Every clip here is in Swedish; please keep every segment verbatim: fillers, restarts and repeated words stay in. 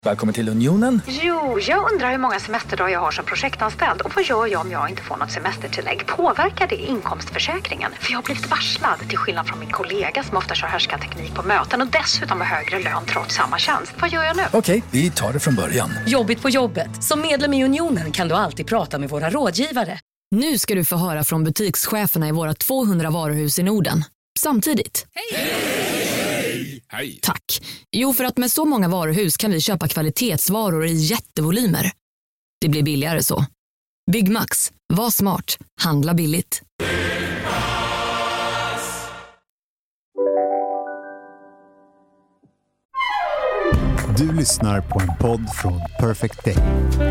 Välkommen till Unionen. Jo, jag undrar hur många semesterdagar jag har som projektanställd. Och vad gör jag om jag inte får något semestertillägg? Påverkar det inkomstförsäkringen? För jag har blivit varslad, till skillnad från min kollega som ofta kör härskarteknik på möten. Och dessutom har högre lön trots samma tjänst. Vad gör jag nu? Okej, vi tar det från början. Jobbigt på jobbet. Som medlem i Unionen kan du alltid prata med våra rådgivare. Nu ska du få höra från butikscheferna i våra tvåhundra varuhus i Norden. Samtidigt. Hej! Hej! Tack. Jo, för att med så många varuhus kan vi köpa kvalitetsvaror i jättevolymer. Det blir billigare så. Byggmax. Var smart. Handla billigt. Du lyssnar på en podd från Perfect Day.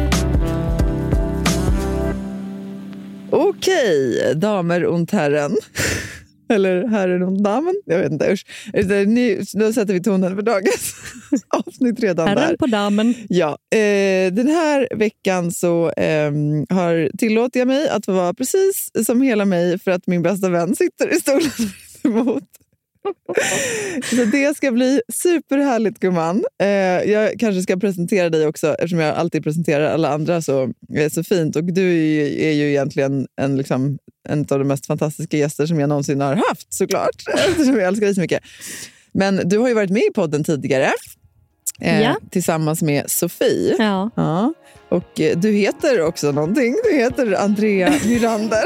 Okej, damer und herren. Eller herren und damen. Jag vet inte. Usch. Nu, då sätter vi tonen för dagens avsnitt redan herren där. Herren på damen. Ja, eh, den här veckan så eh, har tillåtit jag mig att få vara precis som hela mig för att min bästa vän sitter i stolen emot. Så det ska bli superhärligt, gumman. Eh, jag kanske ska presentera dig också, eftersom jag alltid presenterar alla andra så, eh, så fint. Och du är, är ju egentligen en, liksom, en av de mest fantastiska gäster som jag någonsin har haft, såklart. Eftersom jag älskar dig så mycket. Men du har ju varit med i podden tidigare. Eh, ja. Tillsammans med Sofie. Ja. Ja. Och eh, du heter också någonting. Du heter Andrea Nyrander.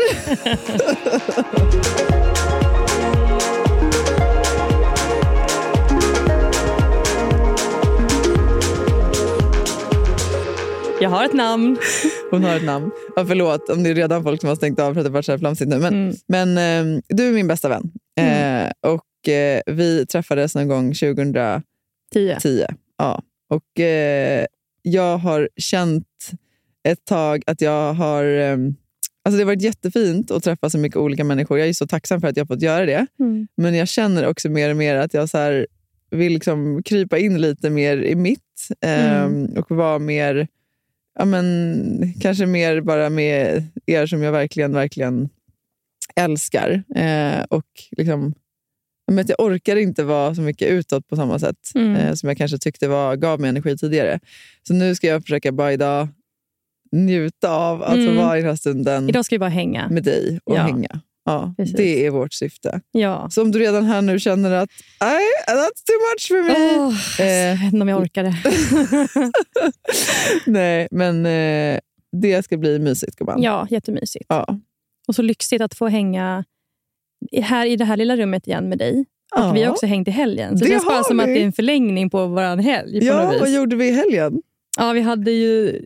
Jag har ett namn. Hon har ett namn. Ja, förlåt om det är redan folk som har stängt av för att det var så här flamsigt nu. Men, mm. men eh, du är min bästa vän. Mm. Eh, och eh, vi träffades någon gång tjugohundratio. Ja. Och eh, jag har känt ett tag att jag har... Eh, alltså det har varit jättefint att träffa så mycket olika människor. Jag är så tacksam för att jag har fått göra det. Mm. Men jag känner också mer och mer att jag så här vill liksom krypa in lite mer i mitt. Eh, mm. Och vara mer... Ja, men kanske mer bara med er som jag verkligen, verkligen älskar. Eh, och liksom, men jag orkar inte vara så mycket utåt på samma sätt mm. eh, som jag kanske tyckte var, gav mig energi tidigare. Så nu ska jag försöka bara idag njuta av att mm. få vara i den här stunden. Idag ska vi bara hänga. Med dig och ja. hänga. Ja, det är vårt syfte. Ja. Så om du redan här nu känner att that's too much for me. Oh, eh. Jag vet inte om jag orkar det. Nej, men eh, det ska bli mysigt, gumman. Ja, jättemysigt. Ja. Och så lyxigt att få hänga här i det här lilla rummet igen med dig. Och ja. vi har också hängt i helgen. Så det, det känns bara som vi. Att det är en förlängning på våran helg. På ja, något vis. Vad gjorde vi i helgen? Ja, vi hade ju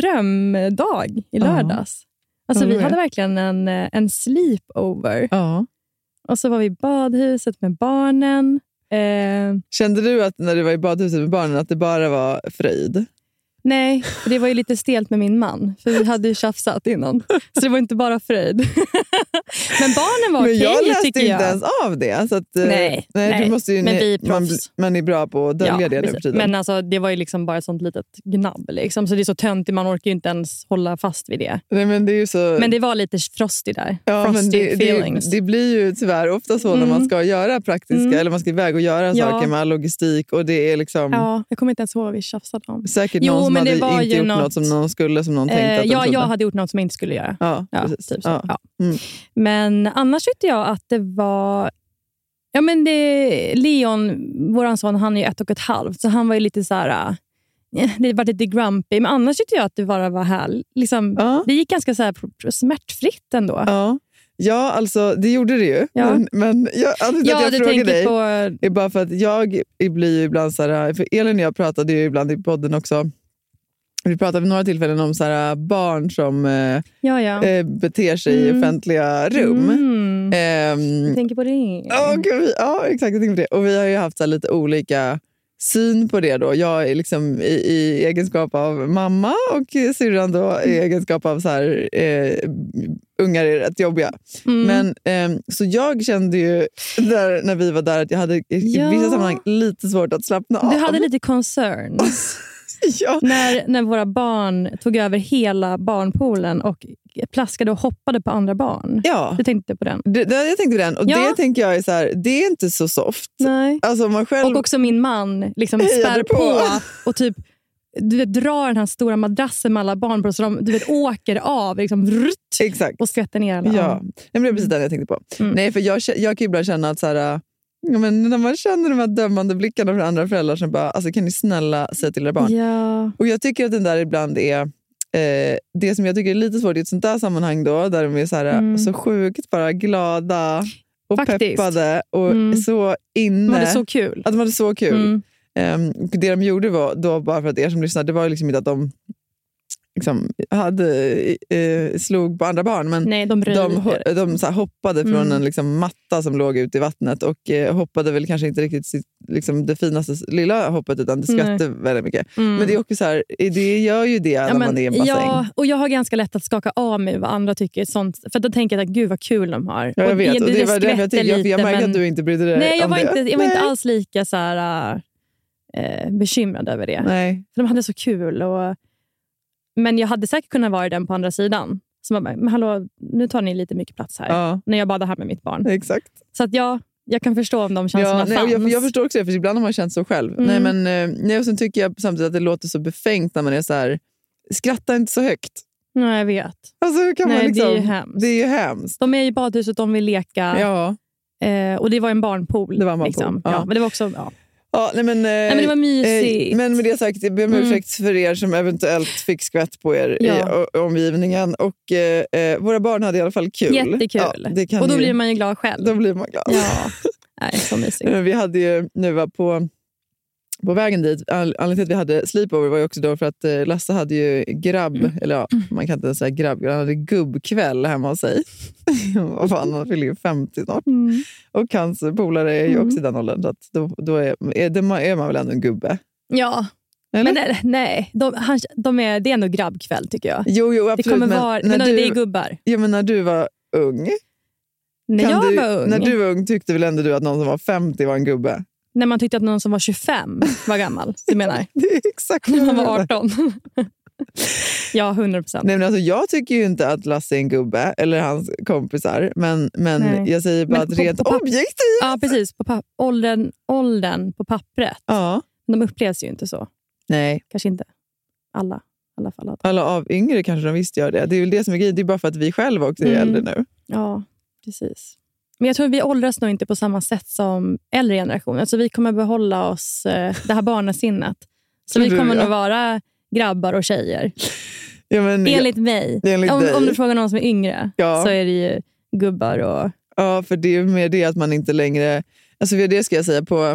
drömdag i lördags. Ja. Alltså vi hade verkligen en, en sleepover. Ja. Och så var vi i badhuset med barnen. Eh... Kände du att när du var i badhuset med barnen att det bara var fröjd? Nej, det var ju lite stelt med min man. För vi hade ju tjafsat innan. Så det var inte bara fröjd. Men barnen var okej, tycker jag. Men jag läste inte ens av det. Så att, nej, nej, nej. Du måste ju, men vi är man, man är bra på att dölja ja, det nu för tiden. Men alltså, det var ju liksom bara ett sånt litet gnabb. Liksom. Så det är så töntigt, man orkar ju inte ens hålla fast vid det. Nej, men, det är ju så... men det var lite frosty där. Ja, frosty men det, feelings. Det, det blir ju tyvärr ofta så mm. när man ska göra praktiska, mm. eller man ska iväg och göra ja. saker med logistik. Och det är liksom... Ja, jag kommer inte ens ihåg vad vi tjafsade om. Säkert jo, någon som men det hade var inte gjort något... något som någon skulle, som någon tänkte eh, att de ja, trodde. jag hade gjort något som jag inte skulle göra. Ja, ja, precis. Typ så. Ja. Ja. Mm. Men annars tyckte jag att det var... Ja, men det, Leon, våran son, han är ju ett och ett halvt. Så han var ju lite så här... Det var lite grumpy. Men annars tyckte jag att det bara var här. Liksom, ja. Det gick ganska så här smärtfritt ändå. Ja. Ja, alltså det gjorde det ju. Ja. Men, men jag, alltså, ja, att jag frågar dig på... är bara för att jag blir ju ibland så här... För Elin och jag pratade ju ibland i podden också. Vi pratade vid några tillfällen om så här barn som eh, ja, ja. Eh, beter sig mm. i offentliga rum. Mm. Eh, jag tänker på det. Oh, God, ja, exakt. Jag tänker på det. Och vi har ju haft så här lite olika syn på det då. Jag är liksom i, i egenskap av mamma och syrran då i egenskap av så här eh, ungar är rätt jobbiga. Mm. Men eh, så jag kände ju där, när vi var där att jag hade i ja. vissa sammanhang lite svårt att slappna av. Du hade lite concerns. Ja. När, när våra barn tog över hela barnpoolen och plaskade och hoppade på andra barn. Ja. Du tänkte på den. Det, det, jag tänkte på den. Och ja. det tänker jag är så här, det är inte så soft. Nej. Alltså man själv... Och också min man liksom spär på. på och typ du vet, drar den här stora madrassen med alla barn på så de du vet, åker av liksom, rutt, Exakt. och skvätter ner alla. Ja, det är precis det jag tänkte på. Mm. Nej, för jag, jag kan ju ibland känna att så här, ja, men när man känner de här dömande blickarna från andra föräldrar som bara, alltså kan ni snälla säga till era barn? Ja. Och jag tycker att den där ibland är eh, det som jag tycker är lite svårt i ett sånt där sammanhang då, där de är så, här, mm. så sjukt bara glada och Faktiskt. peppade och mm. så inne. De hade så kul. Att de hade så kul. Mm. Um, det de gjorde var då, bara för att er som lyssnade, det var liksom inte att de liksom hade, eh, slog på andra barn, men Nej, de, de, de så här, hoppade mm. från en liksom, matta som låg ute i vattnet och eh, hoppade väl kanske inte riktigt sitt, liksom, det finaste lilla hoppet, utan det skrattade Nej. väldigt mycket. Mm. Men det är också så här, det gör ju det ja, när men, man är i en bassäng. Ja, och jag har ganska lätt att skaka av mig vad andra tycker. Sånt, för då tänker jag att gud vad kul de har. Ja, jag vet, och det, och det, det var därför jag tänkte, jag, jag märker men... att du inte brydde dig Nej, jag om var, det. inte, jag var Nej. inte alls lika så här, äh, bekymrad över det. Nej. För de hade så kul och men jag hade säkert kunnat vara den på andra sidan. Som bara, men hallå, nu tar ni lite mycket plats här. Ja. När jag badar här med mitt barn. Exakt. Så att jag, jag kan förstå om de känslorna ja, nej, fanns. jag, jag förstår också det, för ibland har man känt så själv. Mm. Nej, men, nej, och sen tycker jag samtidigt att det låter så befängt när man är så här, skratta inte så högt. Nej, jag vet. Alltså, hur kan nej, man liksom, det är ju hemskt. Det är ju hemskt. De är i badhuset, de vill leka. Ja. Eh, och det var en barnpool. Det var en barnpool. Liksom. Ja. Ja, men det var också... Ja. Ja, nej, men, nej, men det var mysigt. Eh, men med det sagt, jag ber om ursäkt mm. för er som eventuellt fick skvätt på er ja. i omgivningen. Och eh, våra barn hade i alla fall kul. Jättekul. Ja, det kan och då ju, blir man ju glad själv. Då blir man glad. Ja, nej, så mysigt. Vi hade ju nu var på, på vägen dit, anledningen till att vi hade sleepover var ju också då för att eh, Lasse hade ju grabb, mm. eller ja, man kan inte säga grabb, han hade gubbkväll hemma hos sig. Vad fan, han fyller ju femtio snart. Mm. Och hans polare är ju också mm. i den åldern, så att då, då är, är, det, är man väl ändå en gubbe. Ja, eller? Men det, nej, de, han, de är, det är ändå grabbkväll tycker jag. Jo, jo absolut. Det kommer vara, men, men du, det är gubbar. Ja, men när du var ung. När jag du, var ung. När du var ung tyckte väl ändå du att någon som var femtio var en gubbe? När man tyckte att någon som var tjugofem var gammal, du menar? Det är exakt när man var arton. Ja, hundra procent. Nej, men alltså, jag tycker ju inte att Lasse är en gubbe eller hans kompisar, men, men jag säger bara men att rent på, objektivt. Ja, precis. På papp, åldern, åldern på pappret. Ja. De upplevs ju inte så. Nej. Kanske inte alla. Alla, fall. alla av yngre kanske de visst gör det. Det är väl det som är grejen. Det är bara för att vi själva också är mm. äldre nu. Ja, precis. Men jag tror vi åldras nog inte på samma sätt som äldre generationer. Alltså vi kommer behålla oss eh, det här barnasinnet. Så vi kommer du, ja. nog vara grabbar och tjejer. Ja, men, enligt mig. Enligt om, om du frågar någon som är yngre ja. så är det ju gubbar och... Ja, för det är ju mer det att man inte längre... Alltså det ska jag säga på...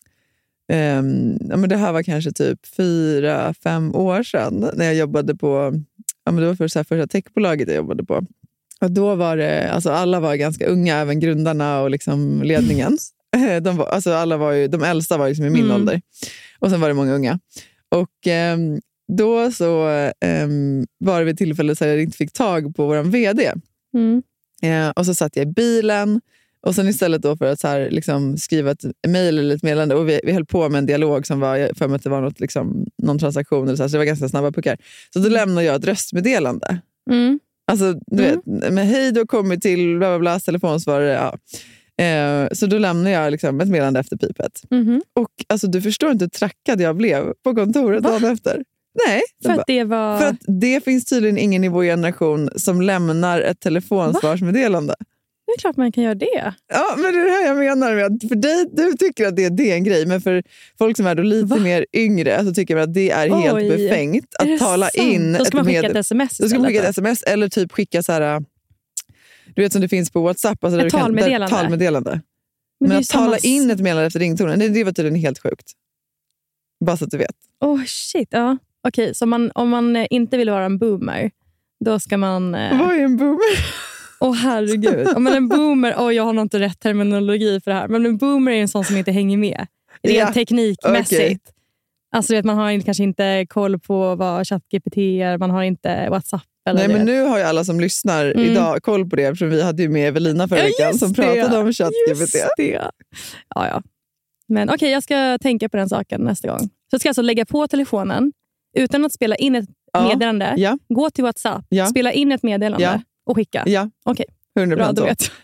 Um, ja, men det här var kanske typ fyra, fem år sedan när jag jobbade på... Ja, men det var för så här första techbolaget jag jobbade på. Och då var det... Alltså alla var ganska unga, även grundarna och liksom ledningen. De, var, alltså alla var ju, de äldsta var liksom i min mm. ålder. Och sen var det många unga. Och um, då så um, var det vid tillfälle så jag inte fick tag på våran vd. Mm. Uh, och så satt jag i bilen. Och sen istället då för att så här, liksom, skriva ett mejl eller ett meddelande. Och vi, vi höll på med en dialog som var, för mig att det var något, liksom, någon transaktion. Eller så, här, så det var ganska snabba puckar. Så då lämnade jag ett röstmeddelande. Mm. Alltså, du mm. vet, med hej då kommit till bla bla bla, telefonsvarare. Ja. Eh, så då lämnade jag liksom ett meddelande efter pipet. Mm. Och alltså, du förstår inte hur trackad jag blev på kontoret dagen efter. Nej. För att, det var... för att det finns tydligen ingen i vår generation som lämnar ett telefonsvarsmeddelande. Va? Det är klart man kan göra det. Ja, men det är det här jag menar med att för dig, du tycker att det, det är en grej, men för folk som är då lite Va? mer yngre så tycker man att det är Oj. helt befängt att tala sant? in. Då ska man skicka ett sms. Då ska man skicka ett sms eller typ skicka så här, du vet som det finns på WhatsApp. Alltså där ett du kan, talmeddelande. Där, talmeddelande. Men, men att tala samma... in ett meddelande efter ringtonen, det, det var tydligen helt sjukt. Bara så att du vet. Oh shit, ja. Okej, okay, så man, om man inte vill vara en boomer, då ska man... Eh... Vad är en boomer? Åh oh, herregud. Ja, men en boomer, oh, jag har nog inte rätt terminologi för det här. Men en boomer är en sån som inte hänger med. Rent ja, teknikmässigt. Okay. Alltså vet, man har kanske inte koll på vad ChatGPT är. Man har inte WhatsApp. Eller Nej, det. Men nu har ju alla som lyssnar mm. idag koll på det. Eftersom vi hade ju med Evelina förra veckan ja, som pratade det. om ChatGPT. Just det. Ja, ja. Men okej, okay, jag ska tänka på den saken nästa gång. Så jag ska alltså lägga på telefonen utan att spela in ett ja. meddelande. Ja. Gå till WhatsApp. Ja. Spela in ett meddelande. Ja. Och skicka? Ja, okej. hundra procent. Bra, du vet.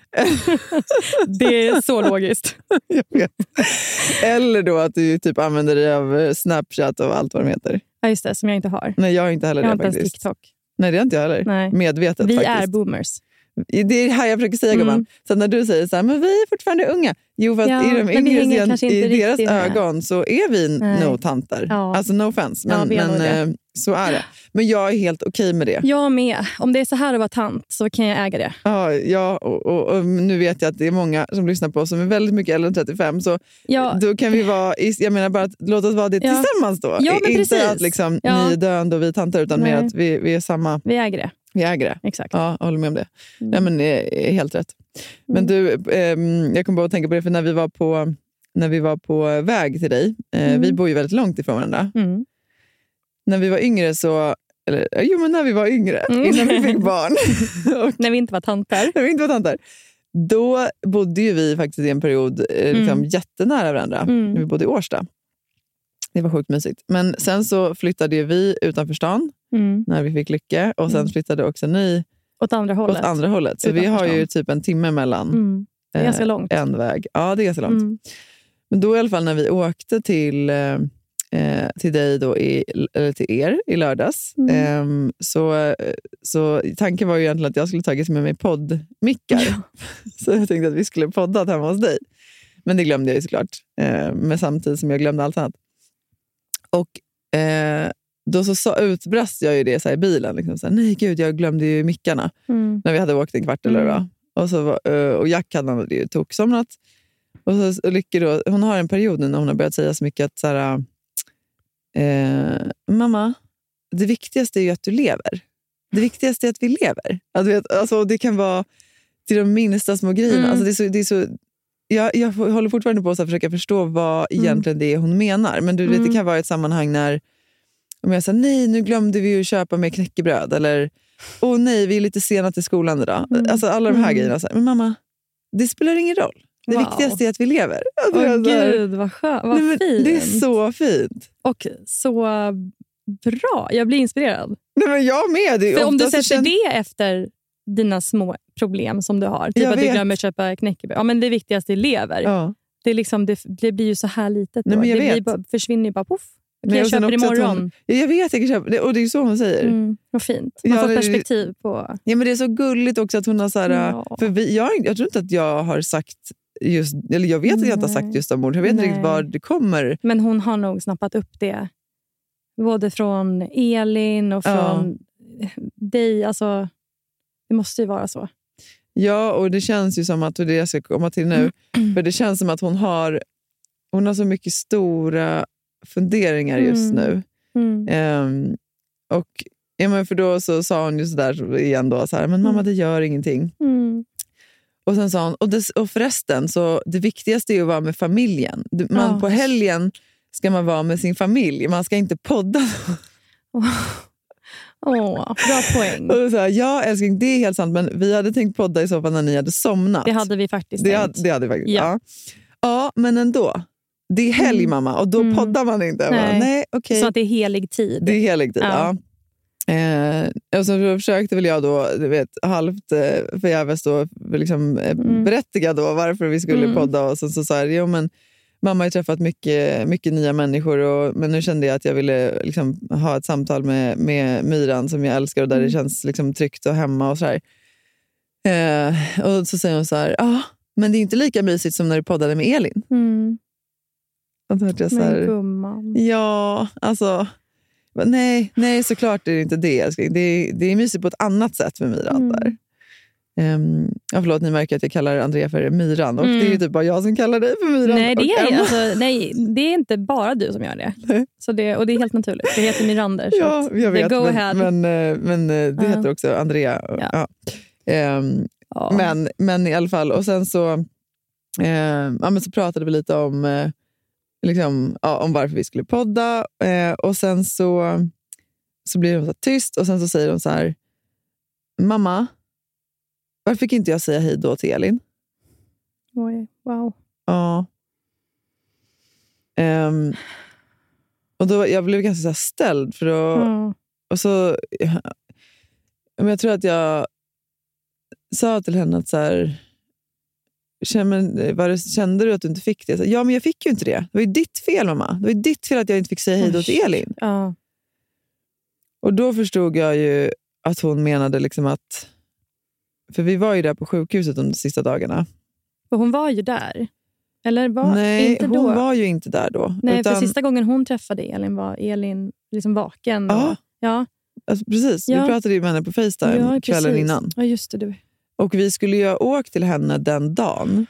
Det är så logiskt. Jag vet. Eller då att du typ använder dig av Snapchat och allt vad de heter. Ja, just det, som jag inte har. Nej, jag har inte heller jag det har faktiskt. Inte TikTok. Nej, det har inte jag heller. Nej. Medvetet vi faktiskt. Vi är boomers. Det är det här jag försöker säga, mm. gumman. Så när du säger så här, men vi är fortfarande unga. Jo, för att ja, i, de yngre, i deras med. ögon så är vi Nej. nog tantar. Ja. Alltså no offense, men, ja, men så är det. Men jag är helt okej med det. Jag med. Om det är så här att vara tant så kan jag äga det. Ja, ja och, och, och nu vet jag att det är många som lyssnar på oss som är väldigt mycket äldre än trettiofem. Så ja. då kan vi vara, jag menar bara att låt oss vara det ja. tillsammans då. Ja, men inte precis. att liksom, ja. ni är döende och vi är tantar, utan Nej. mer att vi, vi är samma. Vi äger det. Vi äger det. Exakt. Ja, jag håller med om det. Mm. Nej, men det är helt rätt. Men du, eh, jag kom bara att tänka på det, för när vi var på, när vi var på väg till dig, eh, mm. vi bor ju väldigt långt ifrån varandra. Mm. När vi var yngre så, eller jo men när vi var yngre, mm. innan vi fick barn. och, när vi inte var tantar. När vi inte var tantar. Då bodde ju vi faktiskt i en period eh, liksom, mm. jättenära varandra. Mm. När vi bodde i Årsta. Det var sjukt mysigt. Men sen så flyttade ju vi utanför stan mm. när vi fick Lycke. Och sen mm. flyttade också ni åt andra hållet. Åt andra hållet. Så vi har ju typ en timme mellan mm. det är ganska långt. Eh, en väg. Ja, det är ganska långt. Mm. Men då i alla fall när vi åkte till, eh, till dig då i, eller till er i lördags. Mm. Eh, så, så tanken var ju egentligen att jag skulle tagit med mig poddmickar. Ja. Så jag tänkte att vi skulle podda hemma hos dig. Men det glömde jag ju såklart. Eh, men samtidigt som jag glömde allt annat. Och eh, då så, så utbrast jag ju det så här i bilen. Liksom, så här, nej gud, jag glömde ju mickarna. Mm. När vi hade åkt en kvart eller mm. va. Och, så var, och Jack hade ju toksomnat. Och så och Lycke då, hon har en period nu när hon har börjat säga så mycket att så här, eh, mamma, det viktigaste är ju att du lever. Det viktigaste är att vi lever. Alltså, vet, alltså, det kan vara till de minsta små grejerna. Mm. Alltså, det är så, det är så, jag, jag håller fortfarande på att försöka förstå vad egentligen mm. det är hon menar. Men du vet, mm. det kan vara ett sammanhang när om jag säger nej, nu glömde vi ju köpa med knäckebröd. Eller, åh nej, vi är lite sena till skolan idag. Mm. Alltså alla de här mm. grejerna. Så här, men mamma, det spelar ingen roll. Det wow. viktigaste är att vi lever. Alltså, åh gud, vad, skö- vad nej, fint. Det är så fint. Och så bra. Jag blir inspirerad. Nej, men jag med. Det För om du sätter känner... det efter dina små problem som du har. Typ jag att vet. Du glömmer köpa knäckebröd. Ja, men det viktigaste är lever. Ja. Det, är liksom, det, det blir ju så här litet. Nej, men jag det vet. Blir bara, försvinner ju bara poff. Okay, jag köper imorgon. Hon, jag vet, jag kan köpa. Och det är ju så hon säger. Mm, vad fint. Man ja, får det, perspektiv på... Ja, men det är så gulligt också att hon har så här... Ja. För vi, jag, jag tror inte att jag har sagt just... Eller jag vet att jag inte har sagt just om ord. Jag vet inte riktigt var det kommer. Men hon har nog snappat upp det. Både från Elin och från ja. dig. Alltså, det måste ju vara så. Ja, och det känns ju som att... Och det jag ska komma till nu. Mm. För det känns som att hon har... Hon har så mycket stora... funderingar just nu. Mm. Um, och ja, men för då så sa hon ju sådär igen då, så här, men mamma, det gör ingenting. Mm. Och sen sa hon, och, det, och förresten, så det viktigaste är ju att vara med familjen. Man, ja. På helgen ska man vara med sin familj. Man ska inte podda. Åh, oh, bra poäng. Och så här, ja älskling, det är helt sant, men vi hade tänkt podda i så fall när ni hade somnat. Det hade vi faktiskt det tänkt. Hade, det hade vi faktiskt, ja. Ja. Ja, men ändå. Det är helg, mm. mamma, och då mm. poddar man inte. Nej. Bara, nej, okay. Så att det är helig tid. Det är helig tid, ja. ja. Eh, och så försökte väl jag då, du vet, halvt eh, förgäves då, liksom, eh, mm. berättiga då varför vi skulle mm. podda. Och så, så sa jag, jo men mamma har träffat mycket, mycket nya människor, och, men nu kände jag att jag ville liksom, ha ett samtal med, med Myran som jag älskar, och där mm. det känns liksom, tryggt och hemma och så här. Eh, och så säger hon så här, ja, ah, men det är inte lika mysigt som när du poddade med Elin. Mm. Och då hörde jag så här, men gumman. Ja, alltså nej, nej, såklart är det inte det. Det är, det är mysigt på ett annat sätt med Myran mm. där. Um, ja, förlåt, ni märker att jag kallar Andrea för Myran. Och mm. det är ju typ bara jag som kallar dig för Myran. Nej, det är, alltså, nej, det är inte bara du som gör det. Så det och det är helt naturligt. Det heter Myrander. Ja, jag vet. Go men, ahead. men, men det uh. heter också Andrea. Ja. Ja. Um, ja. men, men i alla fall. Och sen så, uh, ja, men så pratade vi lite om... Uh, Liksom, ja, om varför vi skulle podda. Eh, och sen så, så blir hon så tyst. Och sen så säger hon så här: mamma, varför fick inte jag säga hej då till Elin? Oj, wow. Ja. Um, och då, jag blev ganska så här ställd. För då, mm. Och så... Ja, men jag tror att jag sa till henne att så här, kände, var det, kände du att du inte fick det? Så, ja, men jag fick ju inte det. Det var ju ditt fel, mamma. Det var ju ditt fel att jag inte fick säga hej då till Elin. Ja. Och då förstod jag ju att hon menade liksom att... För vi var ju där på sjukhuset de sista dagarna. Och hon var ju där. Eller var Nej, inte hon då? var ju inte där då. Nej, utan... för sista gången hon träffade Elin var Elin liksom vaken. Ja, och... ja. Alltså, precis. Ja. Vi pratade ju med henne på FaceTime Ja, kvällen precis. innan. Ja, just det. Du. Och vi skulle ju ha åkt till henne den dagen.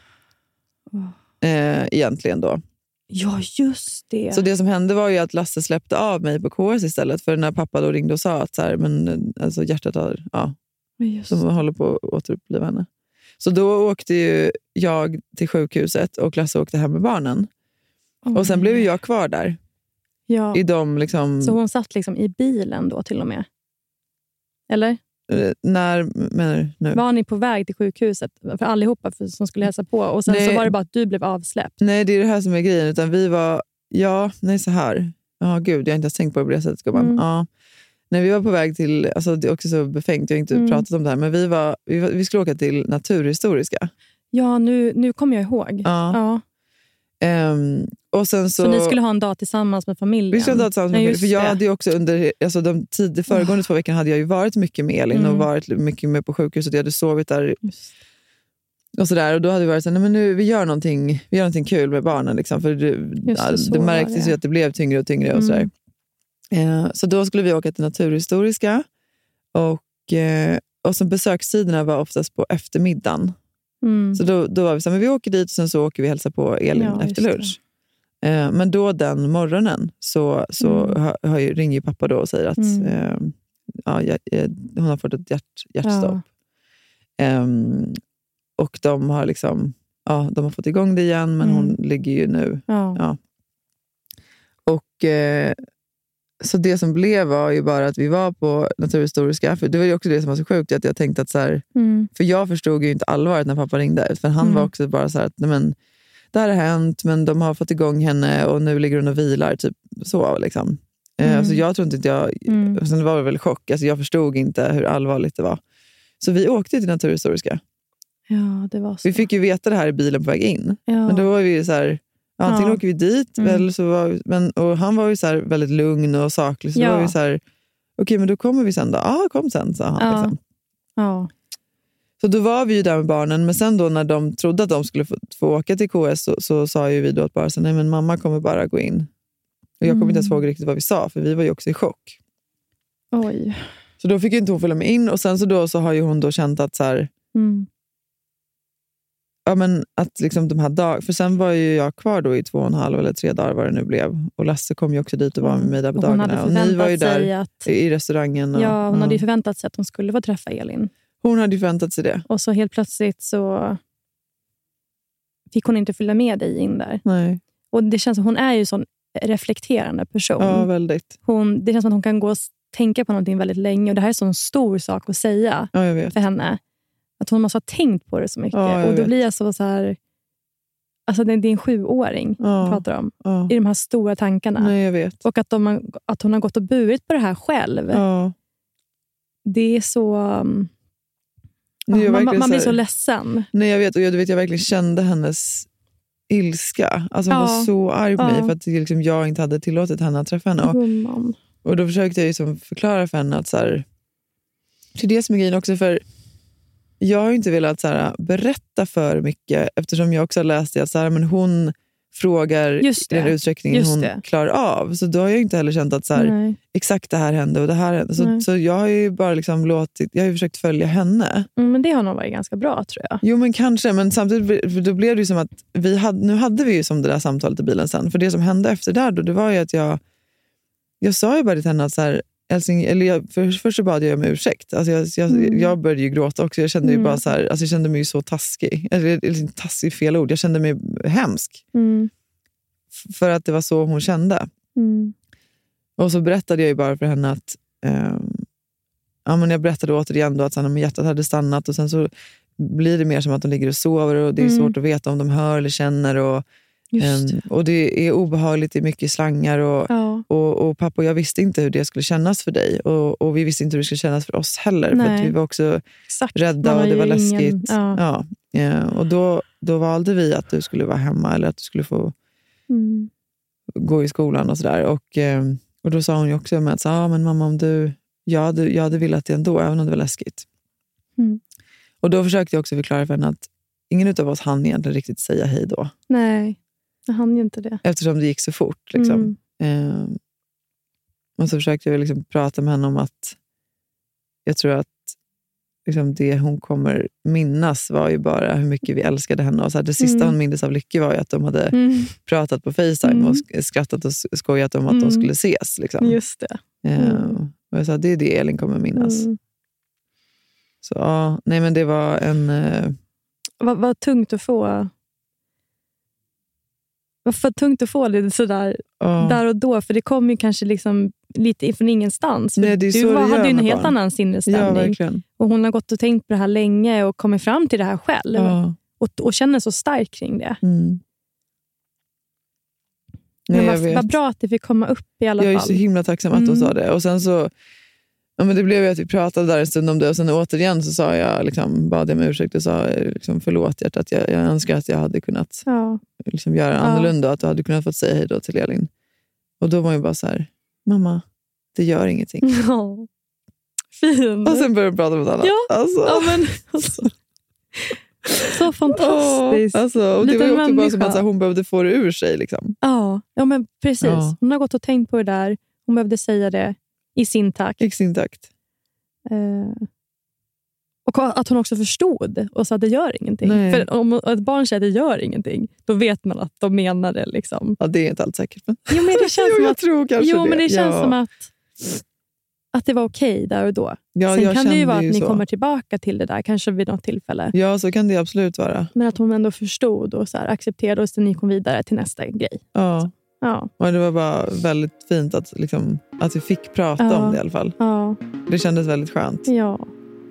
Oh. Eh, egentligen då. Ja, just det. Så det som hände var ju att Lasse släppte av mig på K S istället. För när pappa då ringde och sa att så här, men, alltså, hjärtat har, ja, som håller på att återuppliva henne. Så då åkte ju jag till sjukhuset och Lasse åkte hem med barnen. Oh, och sen blev ju jag kvar där. Ja. I de liksom... Så hon satt liksom i bilen då till och med? Eller? Eh, när menar du nu? Var ni på väg till sjukhuset för allihopa för, som skulle hälsa på? Och sen nej, så var det bara att du blev avsläppt? Nej, det är det här som är grejen. Utan vi var... Ja, nej så här. Ja, gud, jag har inte ens tänkt på det på det sättet. Mm. Ja. När vi var på väg till... Alltså det är också så befängt, jag har inte mm. pratat om det här. Men vi, var, vi, var, vi skulle åka till Naturhistoriska. Ja, nu, nu kommer jag ihåg. Ja. ja. Um, och sen så, så ni skulle ha en dag tillsammans med familjen? Vi skulle ha en dag tillsammans med Nej, familjen. För jag hade ju också under alltså de tid, föregående oh. två veckorna hade jag ju varit mycket med Elin mm. och varit mycket med på sjukhuset. Jag hade sovit där och sådär. Och då hade vi varit så nej men nu vi gör någonting, vi gör någonting kul med barnen. Liksom, för det, det, det märktes ju att det blev tyngre och tyngre. Mm. Och sådär. Uh, så då skulle vi åka till Naturhistoriska. Och, uh, och så besökstiderna var oftast på eftermiddagen. Mm. Så då, då var vi så här, men vi åker dit och sen så åker vi hälsa på Elin ja, efter lunch. Eh, men då den morgonen så, så mm. har, har ju, ringer ju pappa då och säger att mm. eh, ja, jag, jag, hon har fått ett hjärt, hjärtstopp. Ja. Eh, och de har liksom ja, de har fått igång det igen men mm. hon ligger ju nu. Ja. Ja. Och eh, så det som blev var ju bara att vi var på Naturhistoriska. För det var ju också det som var så sjukt. Att jag tänkte att så här, mm. för jag förstod ju inte allvaret när pappa ringde. För han mm. var också bara så här att nej men, det här har hänt men de har fått igång henne och nu ligger hon och vilar. Typ så liksom. Mm. Eh, alltså jag tror inte att jag... Mm. Sen var det väl chock. Alltså jag förstod inte hur allvarligt det var. Så vi åkte till Naturhistoriska. Ja, det var så. Vi fick ju veta det här i bilen på väg in. Ja. Men då var vi så här... Ja, antingen ja. åker vi dit, mm. väl, så var, men, och han var ju så här väldigt lugn och saklig. Så ja. då var vi så här, okej okay, men då kommer vi sen då. Ja, kom sen, sa han. Ja. Liksom. Ja. Så då var vi ju där med barnen. Men sen då när de trodde att de skulle få, få åka till K S så, så sa ju vi då att bara så, nej men mamma kommer bara gå in. Och jag kommer mm. inte ens ihåg riktigt vad vi sa, för vi var ju också i chock. Oj. Så då fick ju inte hon följa med in. Och sen så då så har ju hon då känt att så här... Mm. Ja, men att liksom de här dag- för sen var ju jag kvar då i två och en halv eller tre dagar vad det nu blev. Och Lasse kom ju också dit och var med mig där på och dagarna. Och ni var ju där att, i restaurangen. Och, ja, hon ja. hade ju förväntat sig att hon skulle få träffa Elin. Hon hade ju förväntat sig det. Och så helt plötsligt så fick hon inte följa med dig in där. Nej. Och det känns som hon är ju en sån reflekterande person. Ja, väldigt. Hon, det känns som att hon kan gå och tänka på någonting väldigt länge. Och det här är en sån stor sak att säga ja, jag vet. för henne. Att hon måste ha tänkt på det så mycket. Ja, och då vet. blir jag så, så här... Alltså det är en sjuåring ja, vi pratar om. Ja. I de här stora tankarna. Nej, jag vet. Och att, de, att hon har gått och burit på det här själv. Ja. Det är så... Um, nej, man, man, man blir så, så ledsen. Nej, jag vet. Och jag, du vet, jag verkligen kände hennes ilska. Alltså hon ja. var så arg på mig. Ja. För att liksom, jag inte hade tillåtit henne att träffa henne. Och, oh, och då försökte jag liksom förklara för henne att så här, det är det som är grejen också. För jag har inte velat så här, berätta för mycket eftersom jag också har läst det att så här, men hon frågar i den utsträckningen hon det. klarar av. Så då har jag inte heller känt att så här, exakt det här hände och det här hände. Så, så jag har ju bara liksom låtit, jag har ju försökt följa henne. Mm, men det har nog varit ganska bra tror jag. Jo men kanske, men samtidigt då blev det ju som att vi hade, nu hade vi ju som det där samtalet i bilen sen. För det som hände efter där då, det var ju att jag jag sa ju bara till henne att så här, Älskling, eller jag, för, först så bad jag om ursäkt. Alltså jag, jag, mm. jag började ju gråta också. Jag kände mm. ju bara så här, alltså jag kände mig ju så taskig. Eller, eller taskig fel ord. Jag kände mig hemsk. Mm. F- för att det var så hon kände. Mm. Och så berättade jag ju bara för henne att eh, ja, men jag berättade återigen då att så här, när hjärtat hade stannat och sen så blir det mer som att de ligger och sover och det är mm. svårt att veta om de hör eller känner och Um, och det är obehagligt, det är mycket slangar och, ja. och, och pappa och jag visste inte hur det skulle kännas för dig och, och vi visste inte hur det skulle kännas för oss heller. Nej. För att vi var också Exakt. rädda och det var läskigt ingen, ja. Ja. Eh, och då, då valde vi att du skulle vara hemma eller att du skulle få mm. gå i skolan och sådär. Och, eh, och då sa hon ju också med att ah, men mamma, om du, jag, hade, jag hade velat det ändå, även om det var läskigt. Mm. Och då försökte jag också förklara för henne att ingen av oss hann egentligen riktigt säga hej då. Nej, jag hann ju inte det. Eftersom det gick så fort. Liksom. Mm. Eh, och så försökte jag liksom prata med henne om att jag tror att liksom det hon kommer minnas var ju bara hur mycket vi älskade henne. Och så här, det sista mm. hon mindes av Lycke var ju att de hade mm. pratat på FaceTime mm. och skrattat och skojat om att mm. de skulle ses. Liksom. Just det. Eh, Mm. och jag sa, det är det Elin kommer minnas. Mm. Så ja, nej men det var en... Eh... Vad, vad tungt att få... Vad för tungt att få det sådär Oh. där och då. För det kom ju kanske liksom lite ifrån ingenstans. För Nej, det är du så var, det hade ju en med helt barn. annan sinnesstämning. Ja, verkligen. Och hon har gått och tänkt på det här länge och kommit fram till det här själv. Oh. Och, och känner så starkt kring det. Mm. Nej, Men jag vad, vet. vad bra att det fick komma upp i alla Jag är fall. så himla tacksam att hon Mm. sa det. Och sen så... Ja, men det blev ju att vi pratade där en stund om det och sen återigen så sa jag, liksom, bad jag mig ursäkt och sa liksom, förlåt hjärtat, jag, jag önskar att jag hade kunnat Ja. liksom, göra Ja. annorlunda och att du hade kunnat få säga hej då till Elin. Och då var jag bara så här, mamma, det gör ingenting. Ja. Fin. Och sen började jag prata med något annat. Ja. Alltså. Ja, men, alltså. Så fantastiskt. Oh, alltså, och det Liten var ju också bara människa. som att så här, hon behövde få det ur sig. Liksom. Ja, ja, men precis. Ja. Hon har gått och tänkt på det där. Hon behövde säga det i sin takt. I sin takt. Eh, och att hon också förstod och sa att det gör ingenting. Nej. För om ett barn säger att det gör ingenting, då vet man att de menar det. Liksom. Ja, det är inte allt säkert. Men... Jo, men det känns jo, som jag att, tror kanske jo, det. men det känns ja. som att, att det var okej där och då. Ja, Sen jag kan det ju vara att ju ni så. kommer tillbaka till det där, kanske vid något tillfälle. Ja, så kan det absolut vara. Men att hon ändå förstod och så här accepterade och sen ni kom vidare till nästa grej. Ja. Ja. Och det var bara väldigt fint att, liksom, att vi fick prata Ja. om det i alla fall. Ja. Det kändes väldigt skönt. Ja.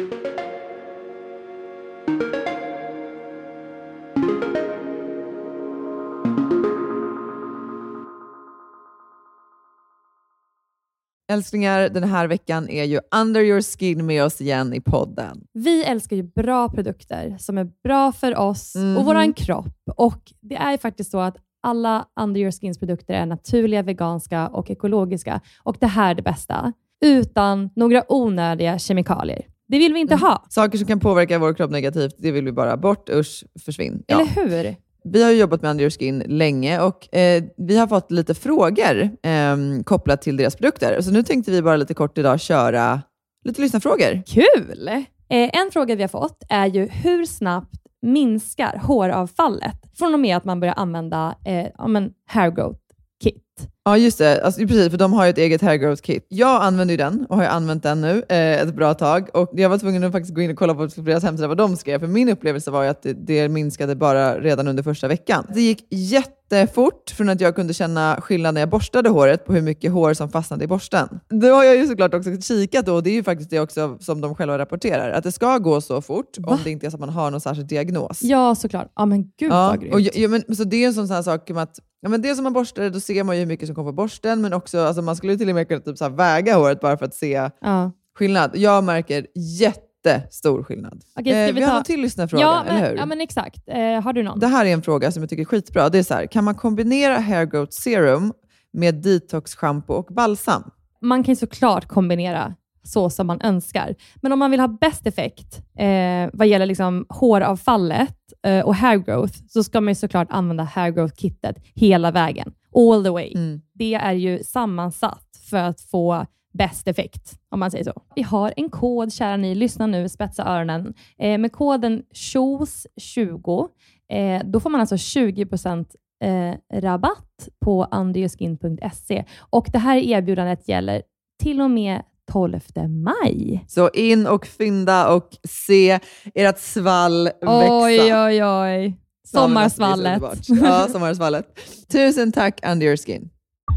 Älsklingar, den här veckan är ju Under Your Skin med oss igen i podden. Vi älskar ju bra produkter som är bra för oss Mhm. och våran kropp. Och det är ju faktiskt så att alla Under Your Skins produkter är naturliga, veganska och ekologiska. Och det här är det bästa. Utan några onödiga kemikalier. Det vill vi inte ha. Saker som kan påverka vår kropp negativt, det vill vi bara bort. Usch, försvinn. Ja. Eller hur? Vi har ju jobbat med Under Your Skin länge och eh, vi har fått lite frågor eh, kopplat till deras produkter. Så nu tänkte vi bara lite kort idag köra lite lyssnarfrågor. Kul! Eh, en fråga vi har fått är ju hur snabbt minskar håravfallet från och med att man börjar använda eh, ja, men hair growth kit. Ja, just det. Alltså, precis, för de har ju ett eget hair growth kit. Jag använder ju den och har ju använt den nu eh, ett bra tag. Och jag var tvungen att faktiskt gå in och kolla på deras hemsida vad de skrev. För min upplevelse var ju att det, det minskade bara redan under första veckan. Det gick jättefort från att jag kunde känna skillnad när jag borstade håret på hur mycket hår som fastnade i borsten. Då har jag ju såklart också kikat då, och det är ju faktiskt det också som de själva rapporterar. Att det ska gå så fort Va? om det inte är så att man har någon särskild diagnos. Ja, såklart. Ja, men gud Ja, vad grymt. och, ja, men, så det är en sån här sak som att ja, men det som man borstar, då ser man ju hur mycket som kommer på borsten, men också alltså, man skulle till och med kunna typ, så här, väga håret bara för att se ja. skillnad. Jag märker jättestor skillnad. Okej, ska eh, vi vi ta- har någon till lyssnarfråga, Ja, men, eller hur? ja, men exakt. Eh, har du någon? Det här är en fråga som jag tycker är skitbra. Det är så här, kan man kombinera hair growth serum med detox shampoo och balsam? Man kan ju såklart kombinera så som man önskar. Men om man vill ha bäst effekt eh, vad gäller liksom håravfallet eh, och hair growth, så ska man ju såklart använda hair growth-kittet hela vägen. All the way. Mm. Det är ju sammansatt för att få bäst effekt, om man säger så. Vi har en kod, kära ni. Lyssna nu, spetsa öronen. Eh, med koden S H O S tjugo eh, då får man alltså tjugo procent eh, rabatt på under your skin punkt se. Och det här erbjudandet gäller till och med tolfte maj. Så in och fynda och se ert svall växa. Oj, oj, oj. Sommarsvallet. Ja, men alltså, ja, sommarsvallet. Tusen tack, Under Your Skin.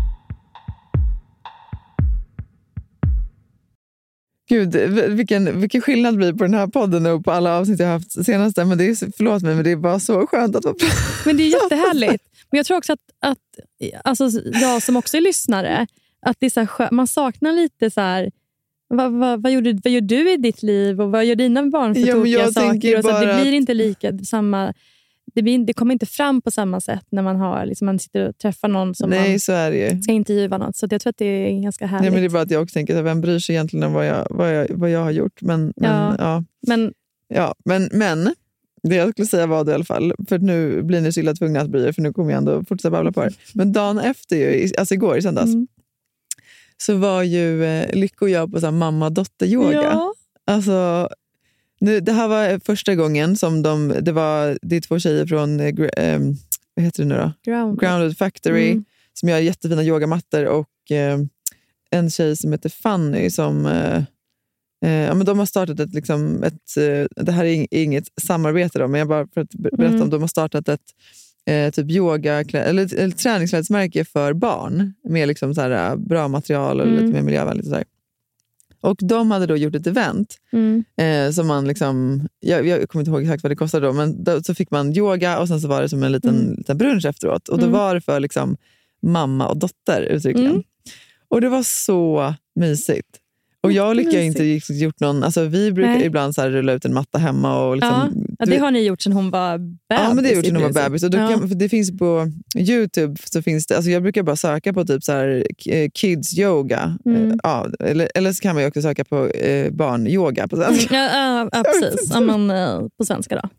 Gud, vilken, vilken skillnad blir på den här podden och på alla avsnitt jag har haft senaste. Men det är, förlåt mig, men det är bara så skönt att vara. Men det är jättehärligt. Men jag tror också att, att alltså, jag som också är lyssnare, att det är så här, skö- man saknar lite så här, Vad, vad, vad, gjorde, vad gör du i ditt liv och vad gör dina barn för Ja, men tokiga jag tänker saker? Och så, bara det blir att- inte lika samma... Det, blir, det kommer inte fram på samma sätt när man, har, liksom, man sitter och träffar någon som Nej, man så är det ju. ska intervjua något. Så jag tror att det är ganska härligt. Nej, men det är bara att jag också tänker att vem bryr sig egentligen om vad jag, vad jag, vad jag har gjort. Men, men, Ja. ja. Men, Ja, men, men det jag skulle säga var det i alla fall. För nu blir ni så illa tvungna att bry er, för nu kommer jag ändå fortsätta babbla på det. Men dagen efter, ju, alltså igår i söndags, Mm. så var ju eh, Lycka och jag på så här mamma-dotter-yoga. Ja. Alltså, nu, det här var första gången som de, det var det är två tjejer från, eh, gr- eh, vad heter det nu då? Ground. Grounded Factory, Mm. som gör jättefina yogamattor, och eh, en tjej som heter Fanny som eh, eh, ja, men de har startat ett, liksom, ett eh, det här är ing- inget samarbete då, men jag bara för att ber- berätta Mm. om, de har startat ett eh, typ yoga eller, eller träningsklädesmärke för barn med liksom så här, bra material och Mm. lite mer miljövänligt och så här. Och de hade då gjort ett event Mm. eh, som man liksom, jag, jag kommer inte ihåg exakt vad det kostade då, men då, så fick man yoga och sen så var det som en liten, Mm. liten brunch efteråt, och då Mm. var det för liksom mamma och dotter uttryckligen. Mm. Och det var så mysigt. Och jag och Lycka har inte riktigt gjort någon, alltså vi brukar Nej. ibland så här rulla ut en matta hemma och liksom, Ja. Ja, du det vet- har ni gjort sedan hon var bebis. Ja, men det har gjort i när hon var princip. bebis. Och då Ja. kan, för det finns på YouTube, så finns det, alltså jag brukar bara söka på typ så här eh, kids yoga. Mm. Eh, ja, eller, eller så kan man ju också söka på eh, barnyoga på svenska. Ja, ja, ja, precis. Ja, men, eh, på svenska då.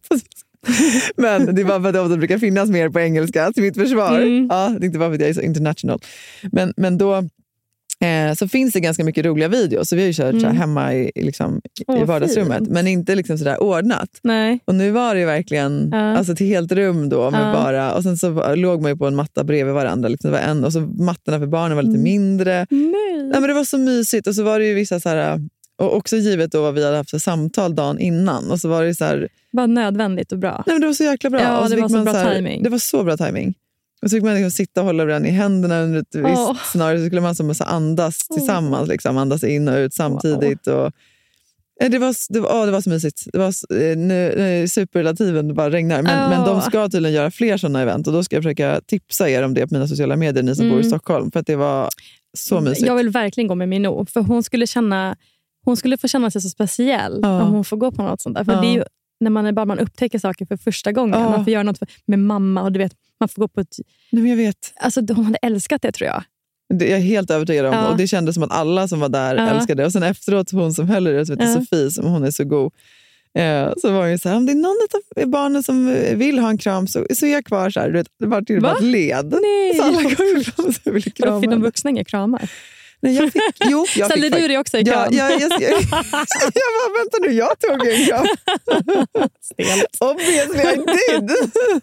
Men det är bara för att det brukar finnas mer på engelska till mitt försvar. Mm. Ja, det är inte bara för att jag är så international. Men, men då eh, så finns det ganska mycket roliga videos. Så vi har ju kört Mm. så här hemma i, i liksom, Åh, i vardagsrummet. fint. Men inte liksom så där ordnat. Nej. Och nu var det ju verkligen Ja. alltså, till helt rum då. Med Ja. bara, och sen så var- låg man ju på en matta bredvid varandra. Liksom, det var en, och så mattorna för barnen var lite Mm. mindre. Nej. Nej, men det var så mysigt. Och så var det ju vissa så här... Och också givet då vad vi hade haft för samtal dagen innan. Och så var det så här... Var nödvändigt och bra. Nej, men det var så jäkla bra. Ja, och det fick var så man bra här, timing. Det var så bra timing. Och så fick man liksom sitta och hålla den i händerna under ett visst Åh. scenario. Så skulle man som så andas Åh. tillsammans. Liksom, andas in och ut samtidigt. Och, ja, det, var, det, var, åh, det var så mysigt. Det var s- eh, nu, nu, superlativen det bara regnar. Men, Åh. men de ska tydligen göra fler sådana event. Och då ska jag försöka tipsa er om det på mina sociala medier. Ni som Mm. bor i Stockholm. För att det var så mysigt. Jag vill verkligen gå med Minou. För hon skulle känna... Hon skulle få känna sig så speciell Ja. om hon får gå på något sånt där. För Ja. det är ju när man är barn, man upptäcker saker för första gången. Ja. Man får göra något för, med mamma och du vet, man får gå på ett... Nej, men jag vet. Alltså, hon hade älskat det tror jag. Det är jag helt övertygad om. Ja. Och det kändes som att alla som var där Ja. älskade det. Och sen efteråt, hon som höll i det, så vet jag, Ja. Sofie, som hon är så god. Eh, så var det så här, om det är någon av barnen som vill ha en kram så, så är jag kvar så här. Du vet, det var till och med Va? ett led. Nej. Så alla kom fram och ville Vadå, krama fick de henne. vuxna inga kramar? Nej, jag fick, jo, jag Ställde fick du fakt- dig också i Ja, kram? ja, jag, jag, jag, jag bara, vänta nu, jag tog en kram. Stelt. Obviously I did.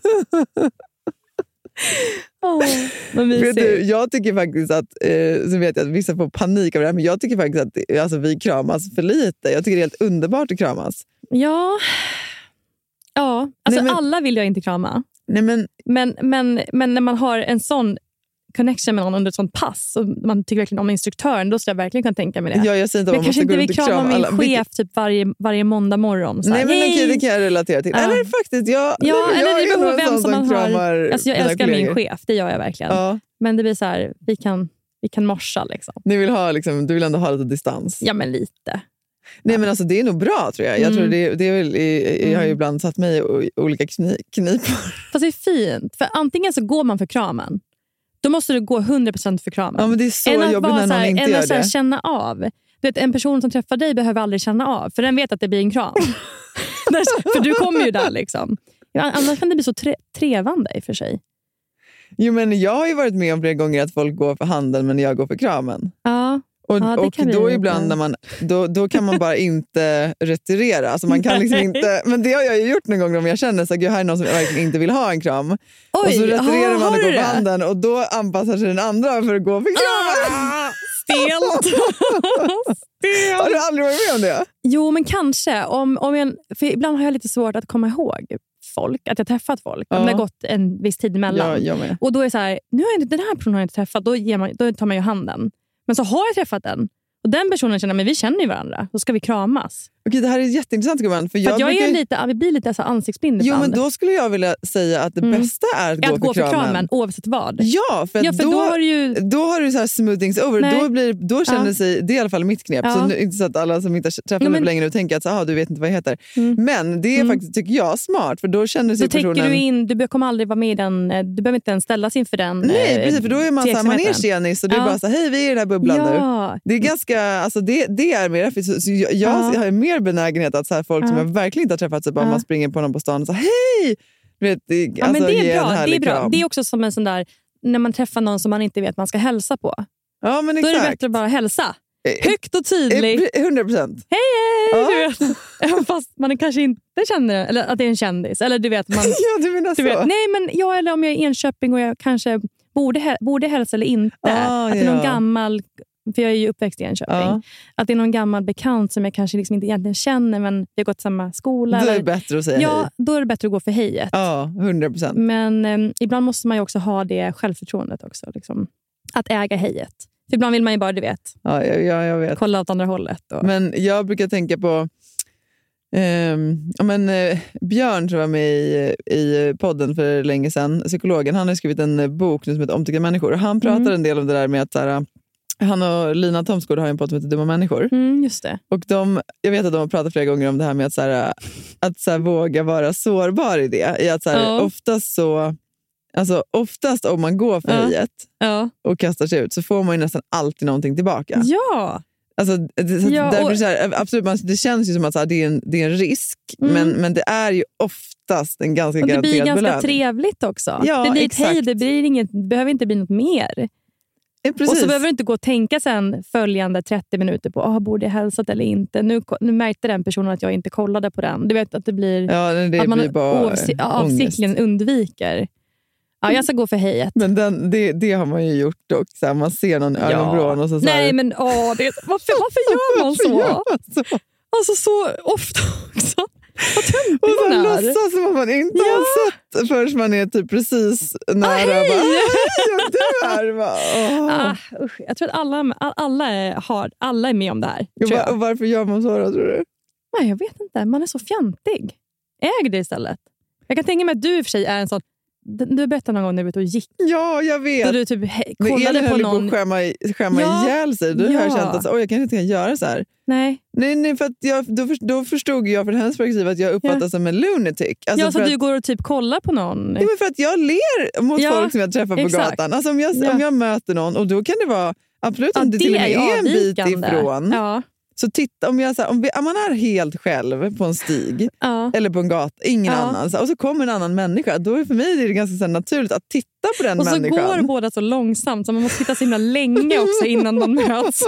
Åh, vad Vet mysigt. du, jag tycker faktiskt att, eh, så vet jag att vissa får panik av det här, men jag tycker faktiskt att alltså, vi kramas för lite. Jag tycker det är helt underbart att kramas. Ja, ja. Alltså, Nej, men- alla vill jag inte krama. Nej, men Men, men, men när man har en sån connection med någon under ett sånt pass och man tycker verkligen om instruktören, då skulle jag verkligen kunna tänka mig det. ja, jag säger inte att Men man kanske måste gå inte runt vill och krama krama min alla. chef typ varje, varje måndag morgon. Så här, Nej, men "Hej!" okej, det kan jag relatera till. Ja. Eller faktiskt, jag, Ja, nej, men eller jag det är beror nog på en vem sån som man har. kramar Alltså, jag mina älskar kollegor. min chef, det gör jag verkligen. Ja, Men det blir så här, vi kan, vi kan morsa liksom. ni vill ha, liksom, du vill ändå ha lite distans. Ja, men lite. Nej, men alltså, det är nog bra tror jag. Jag, Mm. tror det, det är väl, jag, jag har ju Mm. ibland satt mig i o- olika kni, knipor. Fast det är fint, för antingen så går man för kramen. Då måste du gå hundra procent för kramen. Ja, men det är så Än att jobbigt vara när så någon här, inte än gör att så här det. känna av. Du vet, en person som träffar dig behöver aldrig känna av, för den vet att det blir en kram. Där- för du kommer ju där liksom. Ja, annars kan det bli så tre- trevande i och för sig. Jo, men jag har ju varit med om flera gånger att folk går för handen men jag går för kramen. Ja, Och, Ja, det och kan vi då inte. ibland när man, då, då kan man bara inte retirera. Alltså man kan liksom inte, men det har jag ju gjort någon gång om jag känner så att här är någon som verkligen inte vill ha en kram. Oj, och så retirerar ah, man har och du går det? på handen och då anpassar sig den andra för att gå för kramen. Ah, stelt. Har du aldrig varit med om det? Jo, men kanske. Om, om jag, för ibland har jag lite svårt att komma ihåg folk, att jag träffat folk. Ja. Om det har gått en viss tid emellan. Ja, jag med. Och då är det så här, nu har jag inte, den här personen har jag inte träffat, då, ger man, då tar man ju handen. Men så har jag träffat den. Och den personen känner, men vi känner ju varandra, då ska vi kramas. Okej, det här är jätteintressant, gumman. För jag, jag, jag brukar... är lite, vi blir lite så ansiktsblind Jo, ibland. men då skulle jag vilja säga att det mm. bästa är att, att gå, gå för, för kramen. kramen. Oavsett vad. Ja, för, ja, för då, då har du ju... Då har du så här smooth things over. Då, blir, då känner ja. sig, det är i alla fall mitt knep. Ja. Så nu, inte så att alla som inte har träffat ja, mig men... på länge nu tänker att så, aha, du vet inte vad jag heter. Mm. Men det är mm. faktiskt, tycker jag, smart. För då känner sig då personen... täcker du in, du kommer aldrig vara med i den, du behöver inte ens ställas inför den. Nej, precis, för då är man så här, man är tjenis och det är ja. bara så här, hej, vi är i den här bubblan ja. nu. Det är ganska, alltså det, det är mer, så, så jag, ja. jag har mer benägenhet att så här, folk ja. som jag verkligen inte har träffat, så bara ja. man springer på någon på stan och så hej! Vet, det, ja, alltså, men det är bra. Det är bra. Kram. Det är också som en sån där, när man träffar någon som man inte vet man ska hälsa på. Ja, men då exakt. är det bättre att bara hälsa. Högt och tydligt. hundra procent. Hej, hej! Ja. Du vet. Även fast man kanske inte känner eller att det är en kändis. Eller du vet, man, ja, du menar du så. Vet, nej, men jag, eller om jag är i Enköping och jag kanske borde, borde hälsa eller inte. Ah, att det är någon ja. gammal, för jag är ju uppväxt i Enköping. Ja. Att det är någon gammal bekant som jag kanske liksom inte egentligen känner, men vi har gått samma skola. Då är det eller, bättre att säga ja, hej. Då är det bättre att gå för hejet. Ja, hundra procent. Men eh, ibland måste man ju också ha det självförtroendet också. Liksom, att äga hejet. För ibland vill man ju bara, du vet, ja, ja, jag vet. kolla åt andra hållet. Och... Men jag brukar tänka på Um, ja, men, uh, Björn som var med i, i podden för länge sedan, psykologen, han har skrivit en uh, bok nu som heter Omtyckta människor, och han pratar mm. en del om det där med att så här, han och Lina Thomsgård har en podd som heter Dumma människor. Mm, just det. Och de, jag vet att de har pratat flera gånger om det här med att, så här, att så här, våga vara sårbar i det. I att, så här, ja. oftast, så, alltså, oftast om man går för ja. hejet ja. och kastar sig ut så får man ju nästan alltid någonting tillbaka. Ja! Alltså, det, så, ja, därför och... så här, absolut, man, det känns ju som att så här, det, är en, det är en risk, mm. men, men det är ju oftast en ganska garanterad belöning. Det blir ganska belöning. trevligt också. Ja, det blir exakt. ett hej, det, blir inget, det behöver inte bli något mer. Ja, och så behöver du inte gå och tänka sen följande trettio minuter på oh, borde jag hälsat eller inte. Nu, nu märkte den personen att jag inte kollade på den. Du vet att det blir ja, det att man blir bara avsi- avsiktligen undviker. Ja, jag ska gå för hejet. Men den, det, det har man ju gjort också. Man ser någon ja. ögonvrån och så, så Nej, här... men åh, det, varför, varför gör man så? Gör man så? Alltså så ofta också. Vad töntig och så man är. låtsas som att man inte ja. har sett förrän man är typ precis nära. Ah, hej! Bara, hej, du är, oh. ah, usch. Jag tror att alla, alla, är, har, alla är med om det här. Ja, var, och varför gör man så då, tror du? Nej, jag vet inte. Man är så fjantig. Äg det istället. Jag kan tänka mig att du i och för sig är en sån. Du berättade någon gång när du var ute och gick. Ja, jag vet. Då du typ he- kollade men på någon. På att skämma, skämma ja. ihjäl sig. Då ja. har jag känt att oj, jag kan inte göra så här. Nej. Nej, nej för att jag, då, då förstod jag från hennes perspektiv att jag uppfattas ja. som en lunatic. Alltså ja, så att, du går och typ kollar på någon. Ja, men för att jag ler mot ja, folk som jag träffar på exakt. gatan. Alltså om jag, ja. om jag möter någon, och då kan det vara absolut ja, om det till och med är en bit avvikande. ifrån. Ja. Så titta, om, jag, så här, om, vi, om man är helt själv på en stig ja. eller på en gata, ingen ja. annan, så, och så kommer en annan människa, då är för mig det ganska så här, naturligt att titta på den och människan. Och så går båda så långsamt så man måste titta så himla länge också innan man möts.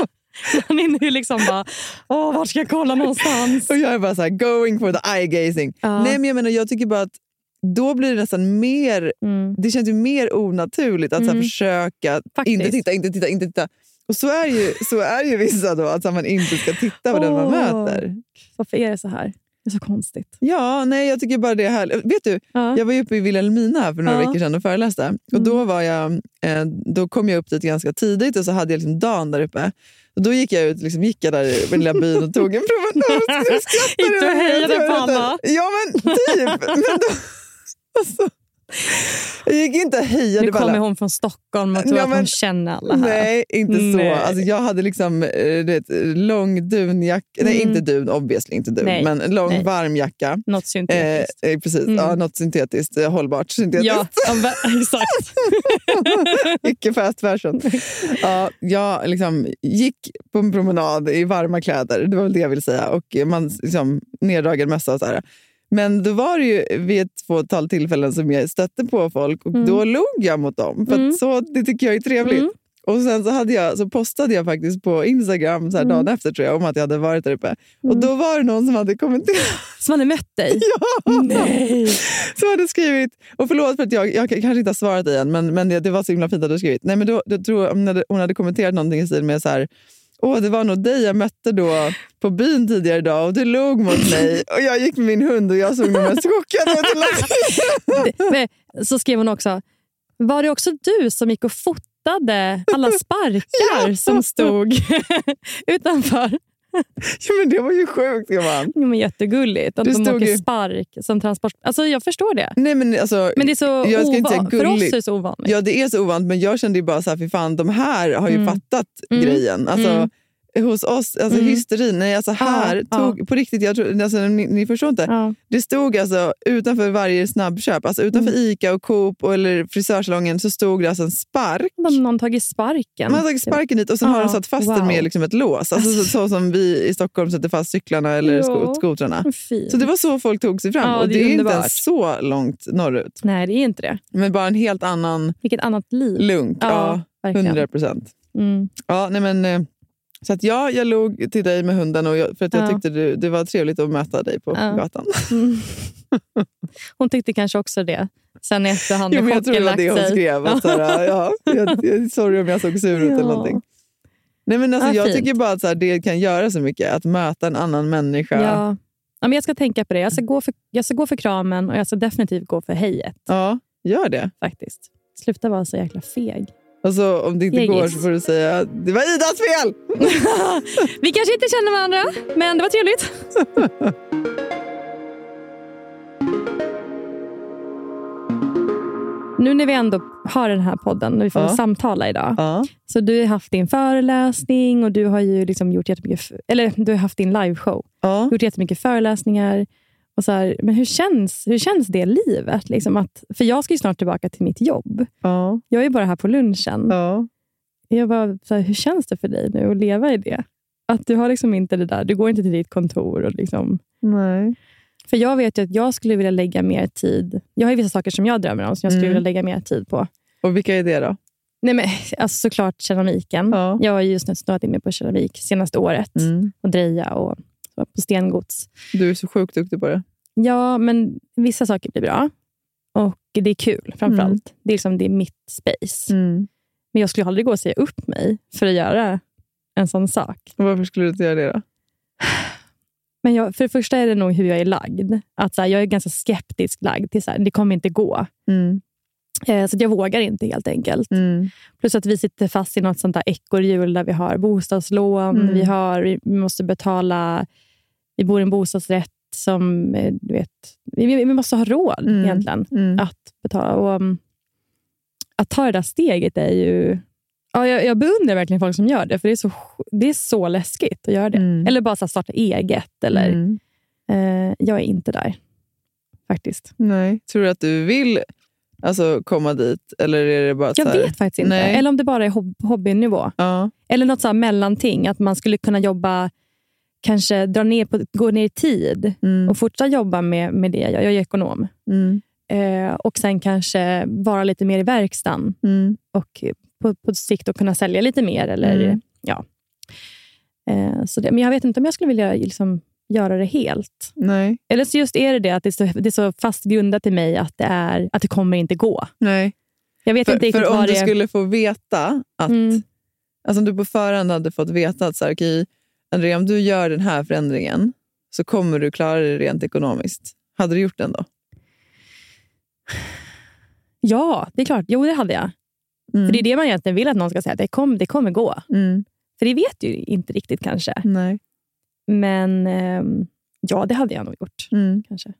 Man är ju liksom bara, åh, vart ska jag kolla någonstans? Och jag är bara så här, going for the eye gazing. Ja. Nej, men jag menar, jag tycker bara att då blir det nästan mer, mm. det känns ju mer onaturligt att mm. så här, försöka, Faktiskt. inte titta, inte titta, inte titta. Och så är ju, så är ju vissa då, att man inte ska titta på oh. den man möter. Varför är det så här? Det är så konstigt. Ja, nej, jag tycker bara det är härligt. Vet du, ja. jag var ju uppe i Vilhelmina här för några ja. veckor sedan och föreläste. Mm. Och då, var jag, eh, då kom jag upp dit ganska tidigt och så hade jag liksom dagen där uppe. Och då gick jag ut, liksom, gick jag där i den lilla byn och tog en promenad. Inte och hejade på alla. Ja, men typ. Men då, alltså, jag gick inte och hejade. Nu kommer hon från Stockholm och tror ja, men, att hon känner alla här. Nej, inte nej. så. Alltså, jag hade liksom det, lång dunjacka. Mm. Nej, inte dun, obviously inte dun. Nej. Men lång nej. varm jacka. Något syntetiskt. Eh, precis, mm. ja, något syntetiskt. Hållbart syntetiskt. Ja, exakt. Icke fast version. Ja, jag liksom gick på en promenad i varma kläder. Det var väl det jag ville säga. Och man liksom neddragen mössa och så här. Men då var det ju vid ett fåtal tillfällen som jag stötte på folk och mm. då log jag mot dem. För mm. att så, det tycker jag är trevligt. Mm. Och sen så, hade jag, så postade jag faktiskt på Instagram så här mm. dagen efter tror jag om att jag hade varit där uppe. Mm. Och då var det någon som hade kommenterat. Som hade mött dig? Ja! Nej! Som hade skrivit, och förlåt för att jag, jag kanske inte har svarat igen, men, men det, det var så himla fint att du har skrivit. Nej, men då, då tror jag hon hade, hon hade kommenterat någonting i stil med så här: åh, det var nog dig jag mötte då på byn tidigare idag och du låg mot mig och jag gick med min hund och jag såg nog mest chockad ut. Så skrev hon också, var det också du som gick och fotade alla sparkar som stod utanför? Ja, men det var ju sjukt, gumman. Ja, men jättegulligt. Att Det de stod åker ju- spark som transport. Alltså jag förstår det. Nej, men, alltså, Men det är så jag ska inte säga ovanligt. För oss gulligt. är det så ovanligt. Ja, det är så ovant, men jag kände ju bara så här, för fan, de här har ju Mm. fattat Mm. grejen. Alltså, Mm. hos oss, alltså Mm. hysterin, nej, alltså här, Ja, tog, på riktigt, jag tror, alltså, ni, ni förstår inte. Ja. Det stod alltså utanför varje snabbköp, alltså utanför Mm. Ica och Coop och, eller frisörsalongen, så stod det alltså en spark. De har någon tagit sparken. Man har tagit sparken dit och sen Ja, har de satt fast den wow. med liksom ett lås. Alltså, så, så som vi i Stockholm sätter fast cyklarna eller Ja. sko- skotrarna. Fint. Så det var så folk tog sig fram. Ja, och det det är är inte underbart. ens så långt norrut. Nej, det är inte det. Men bara en helt annan Vilket annat liv. lunk. Ja, Ja, verkligen. hundra procent. Mm. Ja, nej men, eh, så att ja, jag låg till dig med hunden och jag, för att jag Ja. tyckte det, det var trevligt att möta dig på Ja. gatan. Mm. Hon tyckte kanske också det. Sen i efterhand Jo, har men jag tror det chocken var lagt det hon sig. skrev. Att, så här, ja, jag, jag, sorry om jag såg sur ut Ja. eller någonting. Nej, men alltså, Ja, jag fint. tycker bara att så här, det kan göra så mycket. Att möta en annan människa. Ja. Ja, men jag ska tänka på det. Jag ska, gå för, jag ska gå för kramen och jag ska definitivt gå för hejet. Ja, gör det. Faktiskt. Sluta vara så jäkla feg. Alltså, om det inte Fegis. går så får du säga det var Idas fel! Vi kanske inte känner varandra, men det var trevligt. Nu när vi ändå har den här podden och vi får Ja. samtala idag. Ja. Så du har haft din föreläsning och du har ju liksom gjort jättemycket, eller du har haft din liveshow. Ja. Gjort jättemycket föreläsningar. Och så här, men hur känns, hur känns det livet? Liksom att, för jag ska ju snart tillbaka till mitt jobb. Ja. Jag är bara här på lunchen. Ja. Jag bara, så här, hur känns det för dig nu att leva i det? Att du har liksom inte det där, du går inte till ditt kontor. Och liksom, Nej. för jag vet ju att jag skulle vilja lägga mer tid. Jag har ju vissa saker som jag drömmer om som jag skulle Mm. vilja lägga mer tid på. Och vilka är det då? Nej, men, alltså såklart keramiken. Ja. Jag har ju just nu snöat in mig på keramik senaste året. Mm. Och dreja och så på stengods. Du är så sjukt duktig på det. Ja, men vissa saker blir bra. Och det är kul framförallt. Mm. Det är liksom det är mitt space. Mm. Men jag skulle aldrig gå och säga upp mig för att göra en sån sak. Och varför skulle du inte göra det då? Men jag, för det första är det nog hur jag är lagd. Att så här, jag är ganska skeptisk lagd till så här, det kommer inte gå. Mm. Eh, så att jag vågar inte helt enkelt. Mm. Plus att vi sitter fast i något sånt där ekorrhjul där vi har bostadslån. Mm. Vi, har, vi måste betala... Vi bor i en bostadsrätt som... eh, Du vet, vi, vi måste ha råd Mm. egentligen Mm. att betala. Och, um, att ta det där steget är ju... Ja, jag, jag beundrar verkligen folk som gör det. För det är så, det är så läskigt att göra det. Mm. Eller bara så här, starta eget. Eller, Mm. eh, jag är inte där. Faktiskt. Nej. Tror du att du vill alltså, komma dit? Eller är det bara Jag så här... vet faktiskt inte. Nej. Eller om det bara är hob- hobbynivå. Ja. Eller något så här mellanting. Att man skulle kunna jobba, kanske dra ner på, gå ner i tid. Mm. Och fortsätta jobba med, med det. Jag, jag är ekonom. Mm. Eh, och sen kanske vara lite mer i verkstaden. Mm. Och på, på sikt att kunna sälja lite mer. Eller, Mm. ja. eh, så det, men jag vet inte om jag skulle vilja liksom, göra det helt. Nej. Eller så just är det det att det är så, det är så fast grundat i mig att det, är, att det kommer inte gå. Nej. Jag vet För, inte riktigt för om vad du det är. skulle få veta att... Mm. Alltså om du på förhand hade fått veta att så här, okej, Andrea, om du gör den här förändringen så kommer du klara det rent ekonomiskt. Hade du gjort den då? Ja, det är klart. Jo, det hade jag. Mm. För det är det man egentligen vill att någon ska säga. Det, kom, det kommer gå. Mm. För det vet ju inte riktigt kanske. Nej. Men ehm, ja, det hade jag nog gjort. Mm. Kanske.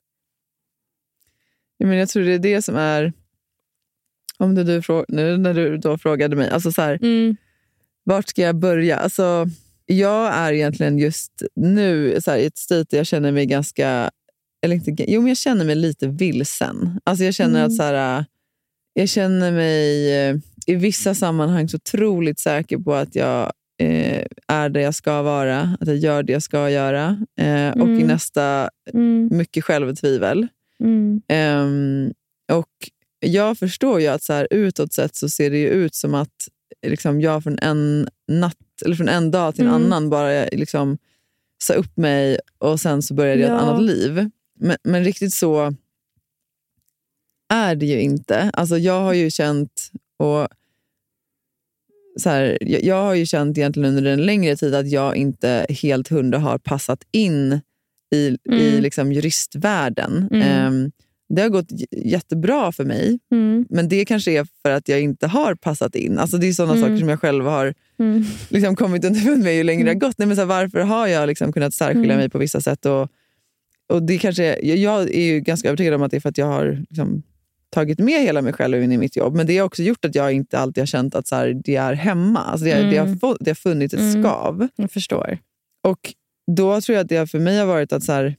Ja, men jag tror det är det som är... Om det du frå- nu när du då frågade mig. Alltså så här, Mm. vart ska jag börja? Alltså, jag är egentligen just nu så här, i ett state där jag känner mig ganska... Eller inte, jo, men jag känner mig lite vilsen. Alltså jag känner Mm. att så här, jag känner mig eh, i vissa sammanhang så otroligt säker på att jag eh, är det jag ska vara. Att jag gör det jag ska göra. Eh, och i Mm. nästa Mm. mycket självtvivel. Mm. Ehm, och jag förstår ju att så här, utåt sett så ser det ju ut som att liksom, jag från en natt eller från en dag till en Mm. annan bara liksom, sa upp mig och sen så började jag Ja. ett annat liv. Men, men riktigt så är det ju inte. Alltså jag har ju känt och så här, jag, jag har ju känt egentligen under en längre tid att jag inte helt hundra har passat in i, Mm. i liksom juristvärlden. Mm. Ehm, det har gått j- jättebra för mig, Mm. men det kanske är för att jag inte har passat in. Alltså det är sådana Mm. saker som jag själv har mm. liksom kommit underfund med ju längre mm. det har gått. Nej, men så här, varför har jag liksom kunnat särskilja mm. mig på vissa sätt? Och, och det kanske, jag, jag är ju ganska övertygad om att det är för att jag har liksom, tagit med hela mig själv in i mitt jobb. Men det har också gjort att jag inte alltid har känt att så här, det är hemma. Alltså det, mm. det, har, få, det har funnits ett mm. skav. Jag förstår. Och då tror jag att det för mig har varit att så här,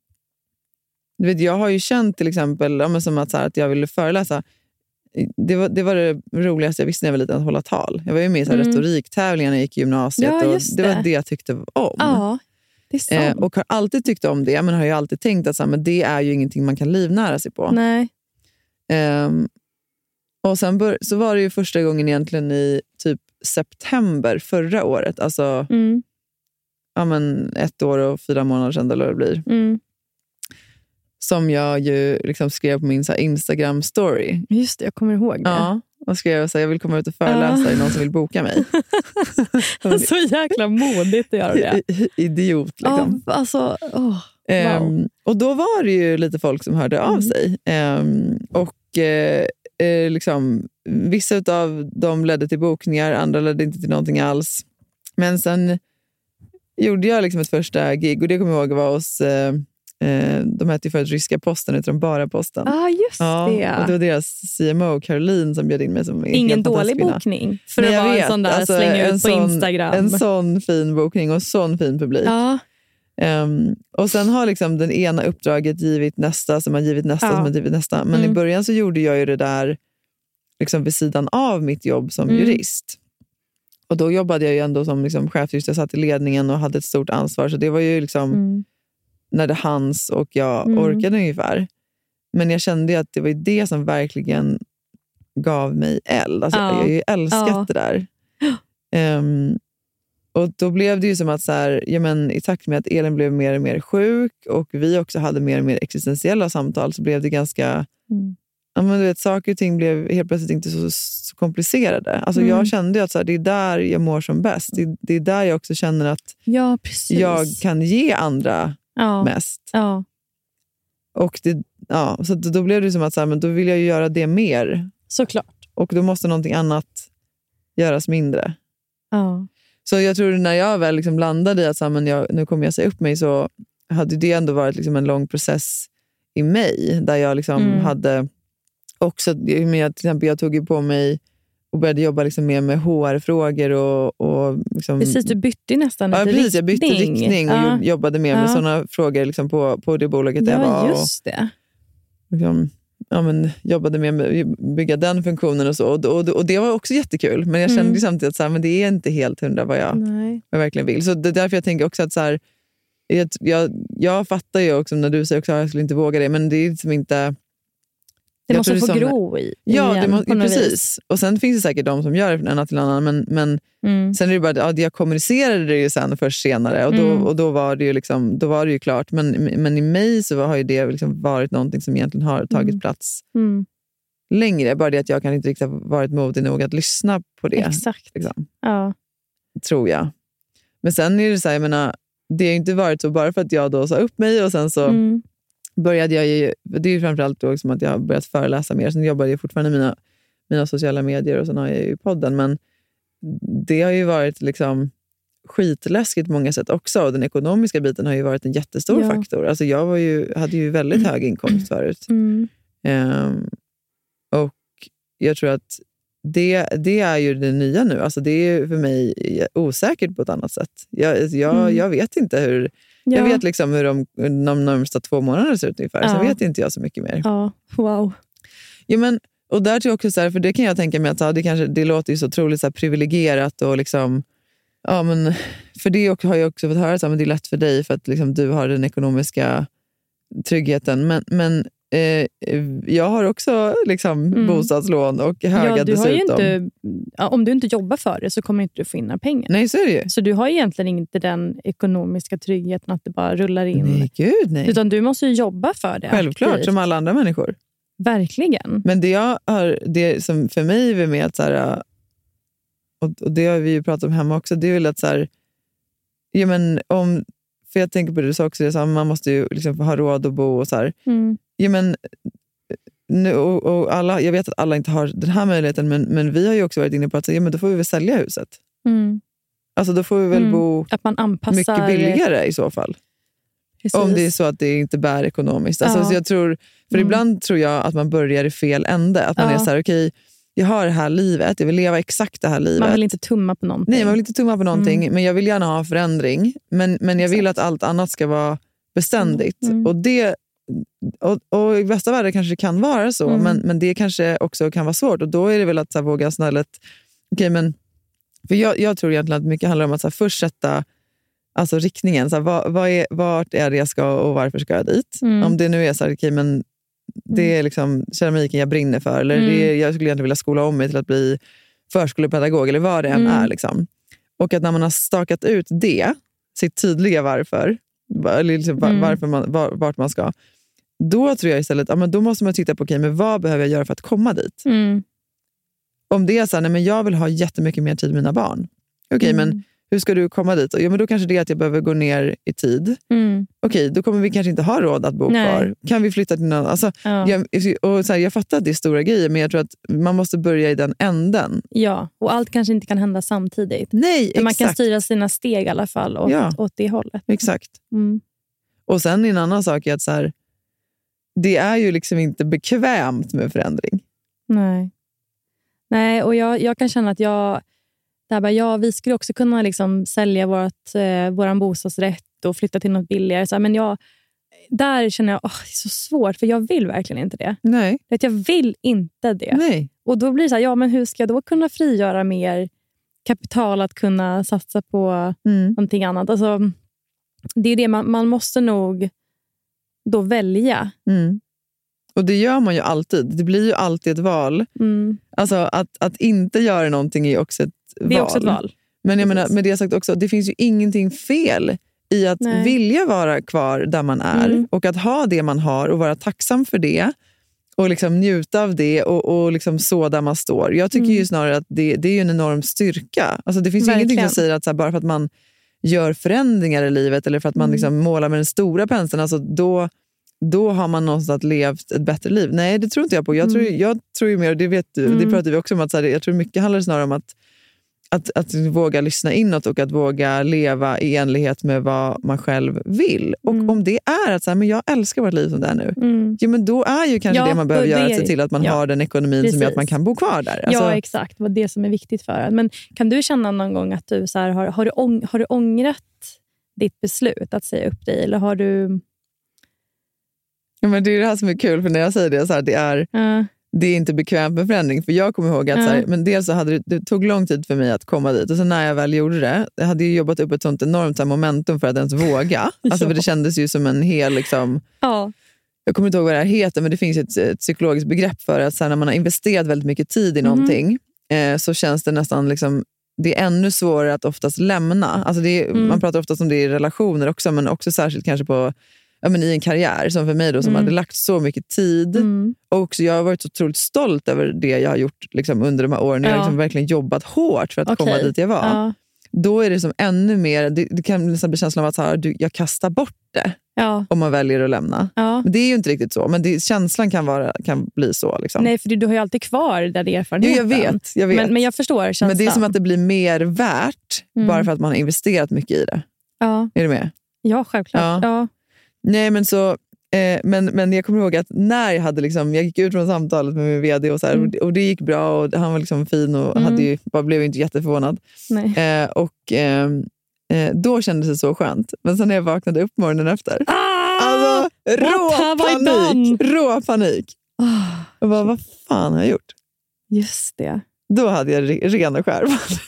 du vet, jag har ju känt till exempel ja, men som att, så här, att jag ville föreläsa. Det var, det var det roligaste jag visste när jag var liten, att hålla tal. Jag var ju med i så här, mm. retoriktävlingar när jag gick i gymnasiet. Ja, och det. det var det jag tyckte om. Ja, det är sant. Eh, och har alltid tyckt om det, men har ju alltid tänkt att så här, men det är ju ingenting man kan livnära sig på. Nej. Um, och sen bör, så var det ju första gången egentligen i typ september förra året. Alltså mm. ja, men ett år och fyra månader sedan eller vad det blir. Mm. Som jag ju liksom skrev på min så här, Instagram-story. Just det, jag kommer ihåg det. Ja, och skrev så här, jag vill komma ut och föreläsa, är någon som vill boka mig? Så jäkla modigt att göra det. Idiot liksom. Ja, alltså, oh, wow. um, och då var det ju lite folk som hörde av mm. sig. Um, och uh, uh, liksom, vissa av dem ledde till bokningar, andra ledde inte till någonting alls. Men sen gjorde jag liksom ett första gig, och det kommer jag ihåg var hos... Uh, de hette ju förut Ryska Posten utan bara Posten. Ah, just ja, det. Och det var deras C M O Caroline som bjöd in mig. Som ingen dålig bokning. För Nej, att vara vet. en sån där alltså, slänga ut på sån, Instagram. En sån fin bokning och sån fin publik. Ja. Um, och sen har liksom den ena uppdraget givit nästa som har givit nästa ja. som har givit nästa. Men mm. i början så gjorde jag ju det där liksom vid sidan av mitt jobb som mm. jurist. Och då jobbade jag ju ändå som liksom chefjurist. Jag satt i ledningen och hade ett stort ansvar. Så det var ju liksom... Mm. när det hanns och jag mm. orkade ungefär. Men jag kände att det var det som verkligen gav mig eld. Alltså, ja. Jag har ju älskat ja. det där. Um, och då blev det ju som att så här, ja, men, i takt med att Elin blev mer och mer sjuk och vi också hade mer och mer existentiella samtal, så blev det ganska... Mm. Ja, men du vet, saker och ting blev helt plötsligt inte så, så komplicerade. Alltså, mm. Jag kände att så här, det är där jag mår som bäst. Det, det är där jag också känner att ja, precis. jag kan ge andra ja. mest. Ja. Och det, ja, så då blev det som att så här, men då vill jag ju göra det mer. Såklart. Och då måste någonting annat göras mindre. Ja. Så jag tror när jag väl liksom landade i att så här, men jag, nu kommer jag säga upp mig, så hade det ändå varit liksom en lång process i mig. Där jag liksom mm. hade också, med, till exempel jag tog ju på mig och började jobba liksom mer med H R-frågor. Och, och liksom, precis, du bytte nästan lite ja, precis, jag bytte riktning, riktning och ja. jobbade mer med ja. sådana frågor liksom på, på det bolaget ja, jag var. Just det. Och, liksom, ja, men, jobbade med att bygga den funktionen och så. Och, och, och det var också jättekul. Men jag kände mm. samtidigt att så här, men det är inte helt hundra vad jag, vad jag verkligen vill. Så det är därför jag tänker också att så här, jag, jag, jag fattar ju också när du säger också att jag skulle inte våga det. Men det är liksom inte... Det måste få som, gro i. Ja, igen, det må, precis. Vis. Och sen finns det säkert de som gör det från en till annan. Men, men mm. sen är det bara ja, jag kommunicerade det ju sen först senare. Och då, mm. och då, var det ju liksom, då var det ju klart. Men, men i mig så har ju det liksom varit någonting som egentligen har tagit mm. plats mm. längre. Bara det att jag kan inte riktigt ha varit modig nog att lyssna på det. Exakt. Liksom. Ja. Tror jag. Men sen är det så här, jag menar, det har inte varit så bara för att jag då sa upp mig och sen så mm. började jag ju, det är ju framförallt då liksom att jag har börjat föreläsa mer. Sen jobbar jag fortfarande i mina, mina sociala medier och sen har jag ju podden. Men det har ju varit liksom skitläskigt på många sätt också. Och den ekonomiska biten har ju varit en jättestor ja. faktor. Alltså jag var ju, hade ju väldigt mm. hög inkomst förut. Mm. Um, och jag tror att det, det är ju det nya nu. Alltså det är ju för mig osäkert på ett annat sätt. Jag, jag, mm. jag vet inte hur... Ja. Jag vet liksom hur de, de närmsta två månaderna ser ut ungefär. Ja. Så vet inte jag så mycket mer. Ja, wow. Ja, men, och där tror jag också så här, för det kan jag tänka mig att ja, det, kanske, det låter ju så otroligt så här privilegierat och liksom, ja men, för det har jag också fått höra så här, men det är lätt för dig för att liksom, du har den ekonomiska tryggheten. Men, men eh, jag har också liksom mm. bostadslån och höga ja, du har dessutom. Ju inte, om du inte jobbar för det så kommer inte du få in några pengar. Nej, så är det ju. Så du har egentligen inte den ekonomiska tryggheten att det bara rullar in. Nej, gud nej. Utan du måste ju jobba för det. Självklart, aktivt. Som alla andra människor. Verkligen. Men det jag har, det som för mig är med att så här, och, och det har vi ju pratat om hemma också, det är väl att så här, ja men om, för jag tänker på det du sa också, det, så här, man måste ju liksom ha råd att bo och så här. Mm. Ja men nu, och, och alla, jag vet att alla inte har den här möjligheten, men, men vi har ju också varit inne på att så, ja, men då får vi väl sälja huset. Mm. Alltså då får vi väl mm. bo att man anpassar... mycket billigare i så fall. Precis. Om det är så att det inte bär ekonomiskt. Alltså, ja. så jag tror, för mm. ibland tror jag att man börjar i fel ände. Att man ja. är så här, okej, okay, jag har det här livet, jag vill leva exakt det här livet. Man vill inte tumma på någonting. Nej, man vill inte tumma på någonting, mm. men jag vill gärna ha förändring. Men, men jag vill att allt annat ska vara beständigt. Mm. Och det... Och, och i bästa världen kanske det kan vara så, mm. men, men det kanske också kan vara svårt. Och då är det väl att så här, våga snället... Okay, men, för jag, jag tror egentligen att mycket handlar om att så här, först sätta alltså, riktningen. Så här, vad, vad är, vart är det jag ska och varför ska jag dit? Mm. Om det nu är så här, okay, men det är liksom keramiken jag brinner för. Eller mm. det är, jag skulle egentligen vilja skola om mig till att bli förskolepedagog. Eller vad det än mm. är. Liksom. Och att när man har stakat ut det, sitt tydliga varför, eller liksom, var, mm. varför man, var, vart man ska... Då tror jag istället, ja, men då måste man titta på okay, men vad behöver jag göra för att komma dit. Mm. Om det är så här, nej, men jag vill ha jättemycket mer tid med mina barn. Okej, okay, mm. men hur ska du komma dit? Ja, men då kanske det är att jag behöver gå ner i tid. Mm. Okej, okay, då kommer vi kanske inte ha råd att bo nej. kvar. Kan vi flytta till någon? Alltså, ja. jag, och så här, jag fattar att det är stora grejer, men jag tror att man måste börja i den änden. Ja, och allt kanske inte kan hända samtidigt. Nej, men exakt. Man kan styra sina steg i alla fall åt, ja. åt det hållet. Exakt. Mm. Och sen en annan sak är att så här, det är ju liksom inte bekvämt med förändring. Nej. Nej, och jag, jag kan känna att jag, där bara, ja, vi skulle också kunna liksom sälja vårt, eh, våran bostadsrätt och flytta till något billigare. Så här, men jag, där känner jag, oh, det är så svårt, för jag vill verkligen inte det. Nej. Jag vill inte det. Nej. Och då blir det så här, ja, men hur ska jag då kunna frigöra mer kapital att kunna satsa på mm. någonting annat? Alltså, det är det man, man måste nog då välja. Mm. Och det gör man ju alltid. Det blir ju alltid ett val. Mm. Alltså att, att inte göra någonting är också ett val. Det är också ett val. Men jag menar, med det sagt också, det finns ju ingenting fel i att Nej. vilja vara kvar där man är. Mm. Och att ha det man har och vara tacksam för det. Och liksom njuta av det och, och liksom så där man står. Jag tycker mm. ju snarare att det, det är ju en enorm styrka. Alltså det finns ju ingenting som säger att så här, bara för att man gör förändringar i livet eller för att man mm. liksom målar med den stora penseln, alltså då, då har man någonstans levt ett bättre liv. Nej, det tror inte jag på. Jag, mm. tror, jag tror ju mer, och det vet du, mm. det pratar vi också om, att så här, jag tror mycket handlar snarare om att, att, att våga lyssna inåt och att våga leva i enlighet med vad man själv vill. Och mm. om det är att så här, men jag älskar vårt liv som det är nu, mm. ja, men då är ju kanske ja, det man behöver det göra, att se till att man ja. har den ekonomin Precis. som gör att man kan bo kvar där. Alltså, ja, exakt. Det var det som är viktigt för en. Men kan du känna någon gång att du så här, har, har, du ång, har du ångrat ditt beslut att säga upp dig? Eller har du... Ja, men det är det här som är kul, för när jag säger det så här, det är... Uh. Det är inte bekvämt med förändring. För jag kommer ihåg att mm. så här, men dels så hade det, det tog lång tid för mig att komma dit. Och sen när jag väl gjorde det, jag hade ju jobbat upp ett sånt enormt så här, momentum för att ens våga. Alltså, för det kändes ju som en hel... Liksom, ja. Jag kommer inte ihåg vad det här heter, men det finns ett, ett psykologiskt begrepp för att så här, när man har investerat väldigt mycket tid i mm. någonting eh, så känns det nästan... Liksom, det är ännu svårare att oftast lämna. Alltså det är, mm. Man pratar oftast om det i relationer också, men också särskilt kanske på... Ja, men i en karriär som för mig då, som mm. hade lagt så mycket tid. Mm. Och så jag har varit så otroligt stolt över det jag har gjort liksom, under de här åren. Ja. Jag har liksom verkligen jobbat hårt för att okay. komma dit jag var. Ja. Då är det som ännu mer, det, det kan nästan bli känslan av att så här, du, jag kastar bort det. Ja. Om man väljer att lämna. Ja. Men det är ju inte riktigt så. Men det, känslan kan, vara, kan bli så. Liksom. Nej, för du, du har ju alltid kvar den erfarenheten. Jo, jag vet. Jag vet. Men, men jag förstår känslan. Men det är som att det blir mer värt mm. bara för att man har investerat mycket i det. Ja. Är du med? Ja, självklart. Ja. Ja. Nej, men så eh, men, men jag kommer ihåg att när jag hade liksom, jag gick ut från samtalet med min vd och, så här, mm. och, och det gick bra och han var liksom fin och mm. hade ju, bara blev inte jätteförvånad. Eh, och eh, då kändes det så skönt. Men sen när jag vaknade upp morgonen efter, ah! alltså rå panik, rå panik. Oh, jag bara, vad fan har jag gjort? Just det. Då hade jag re- ren och skär panik.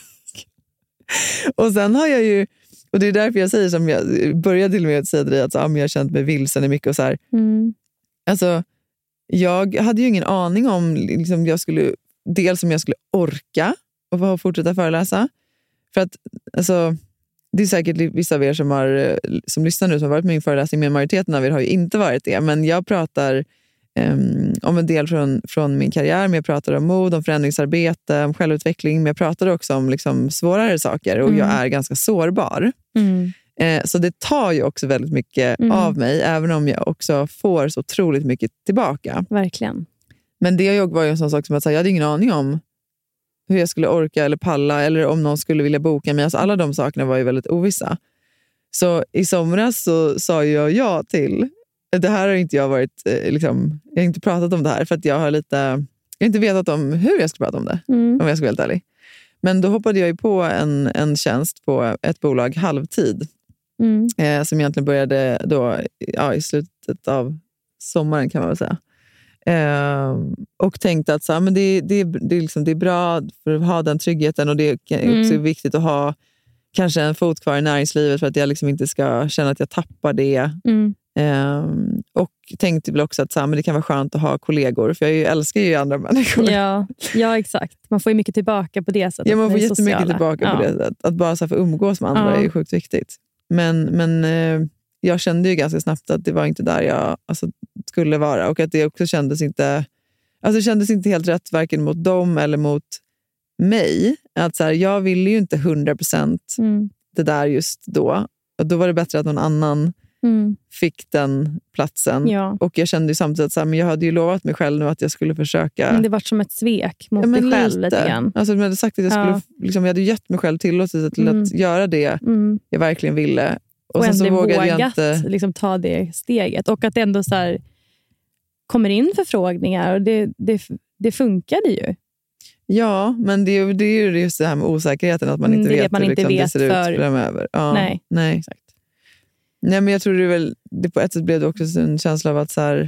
Och sen har jag ju, och det är därför jag säger som jag började till och med att säga till dig att så, ja, men jag har känt mig vilsen i mycket och så här. Mm. Alltså, jag hade ju ingen aning om liksom, jag skulle, dels om jag skulle orka och fortsätta föreläsa. För att, alltså, det är säkert vissa av er som, har, som lyssnar nu som har varit med i min föreläsning, men majoriteten av er har ju inte varit det. Men jag pratar um, om en del från, från min karriär, men jag pratar om mod, om förändringsarbete, om självutveckling, men jag pratar också om liksom, svårare saker och mm. jag är ganska sårbar. Mm. Eh, så det tar ju också väldigt mycket mm. av mig, även om jag också får så otroligt mycket tillbaka. Verkligen. Men det jag var ju en sån sak som att säga, jag hade ingen aning om hur jag skulle orka eller palla, eller om någon skulle vilja boka mig. Alltså alla de sakerna var ju väldigt ovissa. Så i somras så sa jag ja till, det här har inte jag varit, liksom, jag har inte pratat om det här för att jag har lite, jag har inte vetat om hur jag ska prata om det, mm. om jag ska vara helt ärlig. Men då hoppade jag ju på en, en tjänst på ett bolag halvtid. Mm. Eh, som egentligen började då, ja, i slutet av sommaren kan man väl säga. Eh, och tänkte att så här, men det, det, det, är liksom, det är bra för att ha den tryggheten, och det är också mm. viktigt att ha kanske en fot kvar i näringslivet för att jag liksom inte ska känna att jag tappar det. Mm. Eh, och tänkte väl också att så här, men det kan vara skönt att ha kollegor, för jag älskar ju andra människor. Ja, ja, exakt. Man får ju mycket tillbaka på det sättet. Ja, man får jättemycket sociala. tillbaka ja. på det sättet. Att bara så här, få umgås med andra ja. är sjukt viktigt. Men, men eh, jag kände ju ganska snabbt att det var inte där jag alltså, skulle vara. Och att det också kändes inte, alltså, kändes inte helt rätt varken mot dem eller mot mig. Att så här, jag ville ju inte hundra procent mm. det där just då. Och då var det bättre att någon annan mm. fick den platsen. Ja. Och jag kände ju samtidigt att så här, men jag hade ju lovat mig själv nu att jag skulle försöka. Men det var som ett svek mot ja, dig själv lite grann. Alltså, jag hade sagt att jag skulle, ja. liksom, jag hade gett mig själv tillåtelse till mm. att göra det mm. jag verkligen ville. Och, och sen så vågade vågat jag inte liksom, ta det steget. Och att det ändå så här, kommer in förfrågningar. Och det, det, det funkade ju. Ja, men det är, det är ju just det här med osäkerheten. Att man inte det vet man hur inte liksom, vet det ser för... ut framöver. Ja, nej, nej. Exakt. Nej, men jag tror det väl, det på ett sätt blev det också en känsla av att så här,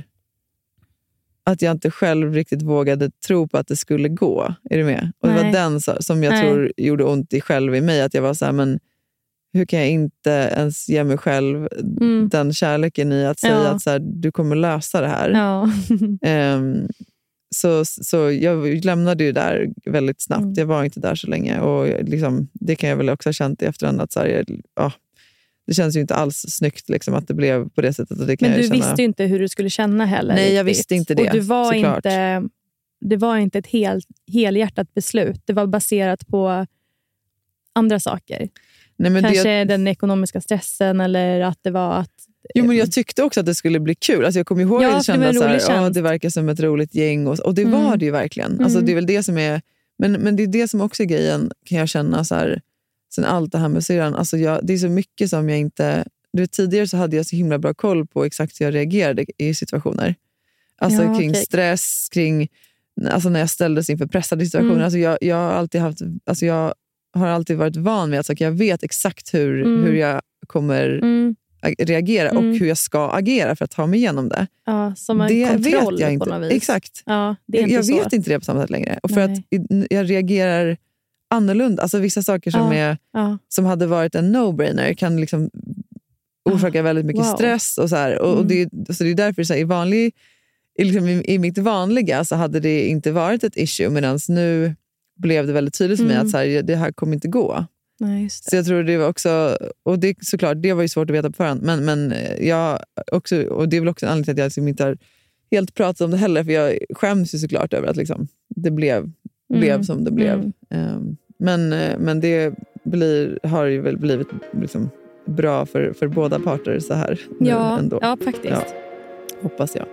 att jag inte själv riktigt vågade tro på att det skulle gå. Är du med? Och nej. det var den så, som jag nej. tror gjorde ont i själv i mig. Att jag var så här, men hur kan jag inte ens ge mig själv mm. den kärleken i att säga ja. att så här, du kommer lösa det här. Ja. um, så, så jag lämnade ju där väldigt snabbt. Mm. Jag var inte där så länge. Och liksom, det kan jag väl också ha känt i efterhand. Att så här, jag, ja, det känns ju inte alls snyggt liksom, att det blev på det sättet. Och det kan men du jag känna... visste ju inte hur du skulle känna heller. Nej, jag riktigt. visste inte det. Och du var såklart. inte, det var inte ett hel, helhjärtat beslut. Det var baserat på andra saker. Nej, men kanske det... den ekonomiska stressen, eller att det var att... Jo, men jag tyckte också att det skulle bli kul. Alltså, jag kommer ihåg ja, att jag kände det, att det, det verkar som ett roligt gäng. Och, och det mm. var det ju verkligen. Mm. Alltså, det är väl det som är... Men, men det är det som också är grejen, kan jag känna. Så här, sen allt det här med syrran. Alltså, jag, det är så mycket som jag inte... Du vet, tidigare så hade jag så himla bra koll på exakt hur jag reagerade i situationer. Alltså ja, kring okay. stress, kring... Alltså när jag ställdes inför pressade situationer. Mm. Alltså, jag, jag har alltid haft... Alltså, jag har alltid varit van med att jag vet exakt hur, mm. hur jag kommer... Mm. reagera och mm. hur jag ska agera för att ta mig igenom det. Ja, som en det kontroll vet jag inte. På något vis. Exakt. Ja, det är inte jag så. vet inte det på samma sätt längre. Och för Nej. att jag reagerar annorlunda. Alltså vissa saker som, ja. är, ja. som hade varit en no-brainer kan liksom orsaka väldigt mycket wow. stress. Och så här. Och, mm. och det, så det är därför så här, i, vanlig, liksom i, i mitt vanliga så hade det inte varit ett issue, medan nu blev det väldigt tydligt för mig mm. att så här, det här kommer inte gå. Nej, just det. Så jag tror det var också, och det såklart, det var ju svårt att veta på förhand, men, men jag också, och det är väl också en anledning till att jag liksom inte har helt pratat om det heller, för jag skäms ju såklart över att liksom, det blev, mm. blev som det blev. Mm. Um, men, men det blir, har ju väl blivit liksom bra för, för båda parter så här nu ja, ändå. Ja, faktiskt. Ja, hoppas jag.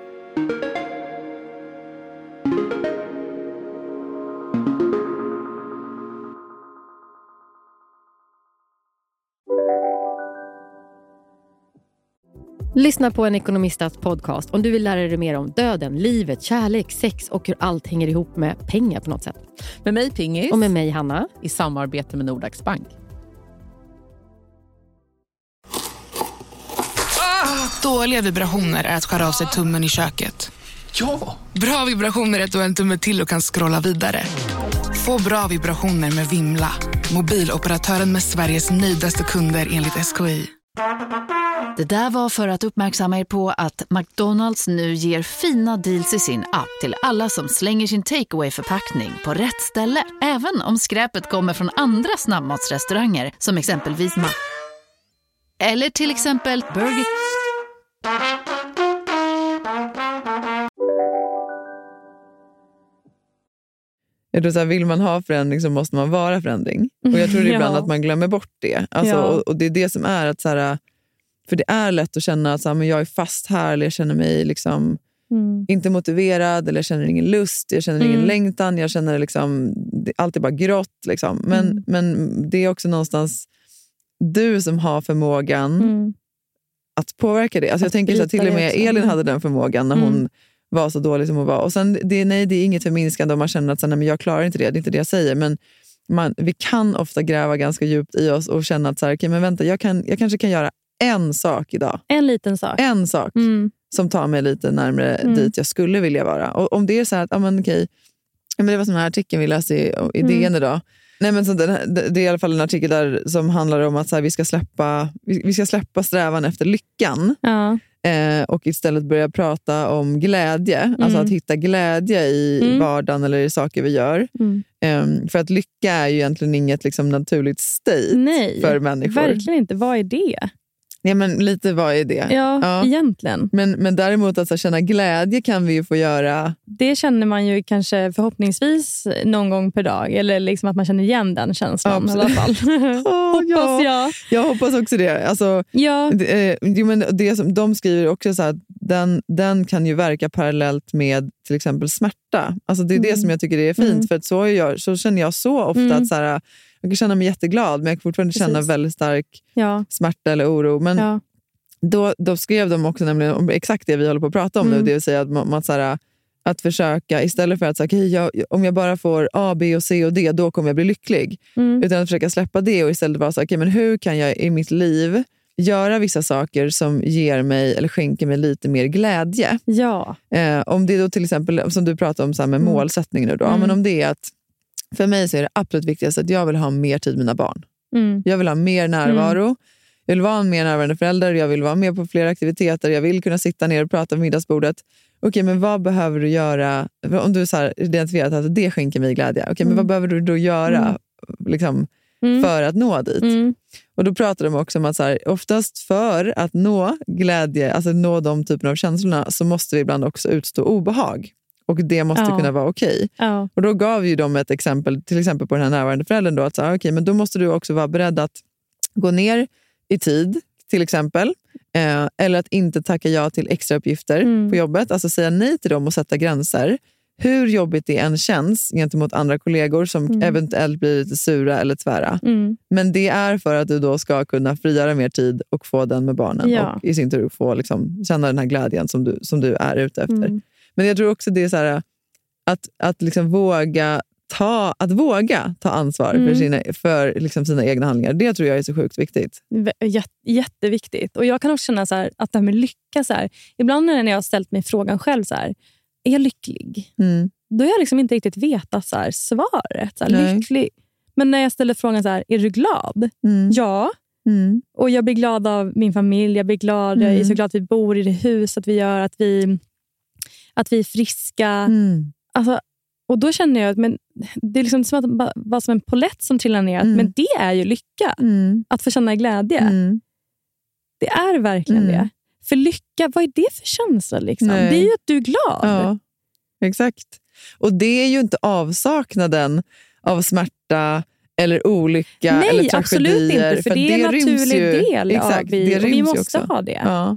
Lyssna på en ekonomistats podcast om du vill lära dig mer om döden, livet, kärlek, sex och hur allt hänger ihop med pengar på något sätt. Med mig Pingis. Och med mig Hanna. I samarbete med Nordax Bank. Ah, dåliga vibrationer är att skära av sig tummen i köket. Ja! Bra vibrationer är att du har en tumme till och kan scrolla vidare. Få bra vibrationer med Vimla. Mobiloperatören med Sveriges nöjdaste kunder enligt S K I. Det där var för att uppmärksamma er på att McDonalds nu ger fina deals i sin app till alla som slänger sin takeaway-förpackning på rätt ställe. Även om skräpet kommer från andra snabbmatsrestauranger som exempelvis Ma... Eller till exempel Burger... Jag tror så här, vill man ha förändring så måste man vara förändring. Och jag tror det ibland ja. att man glömmer bort det. Alltså, ja. och, och det är det som är att så här, för det är lätt att känna att så här, men jag är fast här, eller jag känner mig liksom, mm. inte motiverad eller jag känner ingen lust, jag känner ingen mm. längtan, jag känner liksom, allt är bara grått. Liksom. Men, mm. men det är också någonstans du som har förmågan mm. att påverka det. Alltså jag tänker så att till och med Elin hade den förmågan när mm. hon var så dålig som hon var. Och sen, det, nej, det är inget förminskande om man känner att så, nej, men jag klarar inte det, det är inte det jag säger. Men man, vi kan ofta gräva ganska djupt i oss och känna att så här, okay, men vänta, jag, kan, jag kanske kan göra en sak idag. En liten sak. En sak mm. som tar mig lite närmare mm. dit jag skulle vilja vara. Och om det är så här att, ja men okej, men det var som den här artikeln vi läste i, i mm. D N idag. Nej, men så den, det är i alla fall en artikel där som handlar om att så här, vi, ska släppa, vi, vi ska släppa strävan efter lyckan. Ja. Eh, och istället börja prata om glädje. Mm. Alltså att hitta glädje i mm. vardagen eller i saker vi gör. Mm. Eh, för att lycka är ju egentligen inget liksom, naturligt state Nej, för människor. Verkligen inte. Vad är det? Ja, men lite vad är det? Ja, ja. egentligen. Men, men däremot att så, känna glädje kan vi ju få göra. Det känner man ju kanske förhoppningsvis någon gång per dag. Eller liksom att man känner igen den känslan. Absolut. I alla fall. oh, hoppas ja. jag. Jag hoppas också det. Alltså, ja. det, eh, men det som de skriver också så här, den, den kan ju verka parallellt med till exempel smärta. Alltså det är mm. det som jag tycker är fint. Mm. För att så, jag, så känner jag så ofta mm. att så här, jag kan känna mig jätteglad men jag kan fortfarande Precis. känna väldigt stark ja. smärta eller oro. Men ja. då, då skrev de också nämligen om exakt det vi håller på att prata om mm. nu. Det vill säga att, man, man, så här, att försöka istället för att säga, okay, jag, om jag bara får A, B och C och D då kommer jag bli lycklig. Mm. Utan att försöka släppa det och istället vara så här, okay, men hur kan jag i mitt liv göra vissa saker som ger mig eller skänker mig lite mer glädje. Ja. Eh, om det då till exempel, som du pratar om så här med mm. målsättning nu då. Mm. Men om det är att, för mig så är det absolut viktigast att jag vill ha mer tid med mina barn. Mm. Jag vill ha mer närvaro. Mm. Jag vill vara en mer närvarande förälder. Jag vill vara med på fler aktiviteter. Jag vill kunna sitta ner och prata vid middagsbordet. Okej, okay, men vad behöver du göra? Om du har identifierat att det skänker mig glädje. Okej, okay, mm. men vad behöver du då göra? Mm. Liksom, Mm. för att nå dit. Mm. Och då pratar de också om att så här, oftast för att nå glädje, alltså nå de typerna av känslorna, så måste vi ibland också utstå obehag. Och det måste ja. kunna vara okej. Okay. Ja. Och då gav ju de ett exempel, till exempel på den här närvarande föräldern då, att så här, okay, men då måste du också vara beredd att gå ner i tid, till exempel. Eh, eller att inte tacka ja till extra uppgifter mm. på jobbet. Alltså säga nej till dem och sätta gränser. Hur jobbigt det än känns gentemot andra kollegor som mm. eventuellt blir lite sura eller tvära. Mm. Men det är för att du då ska kunna frigöra mer tid och få den med barnen. Ja. Och i sin tur få liksom, känna den här glädjen som du, som du är ute efter. Mm. Men jag tror också det är så här, att, att liksom våga ta, att våga ta ansvar mm. för, sina, för liksom sina egna handlingar. Det tror jag är så sjukt viktigt. Jätte, jätteviktigt. Och jag kan också känna så här, att det här med lycka, så här, ibland när jag har ställt mig frågan själv så här, är jag lycklig? Mm. Då har jag liksom inte riktigt vetat så här, svaret. Så här, lycklig. Men när jag ställer frågan så här, är du glad? Mm. Ja. Mm. Och jag blir glad av min familj. Jag blir glad. Mm. Jag är så glad att vi bor i det hus att vi gör. Att vi, att vi är friska. Mm. Alltså, och då känner jag att men, det är liksom som att det var som en polett som trillar ner. Mm. Men det är ju lycka. Mm. Att få känna glädje. Mm. Det är verkligen mm. det. För lycka, vad är det för känsla? Liksom? Det är ju att du är glad. Ja, exakt. Och det är ju inte avsaknaden av smärta eller olycka Nej, eller tragedier. Absolut inte. För, för det är en naturlig ju, del exakt, av vi, och vi måste ha det. Ja.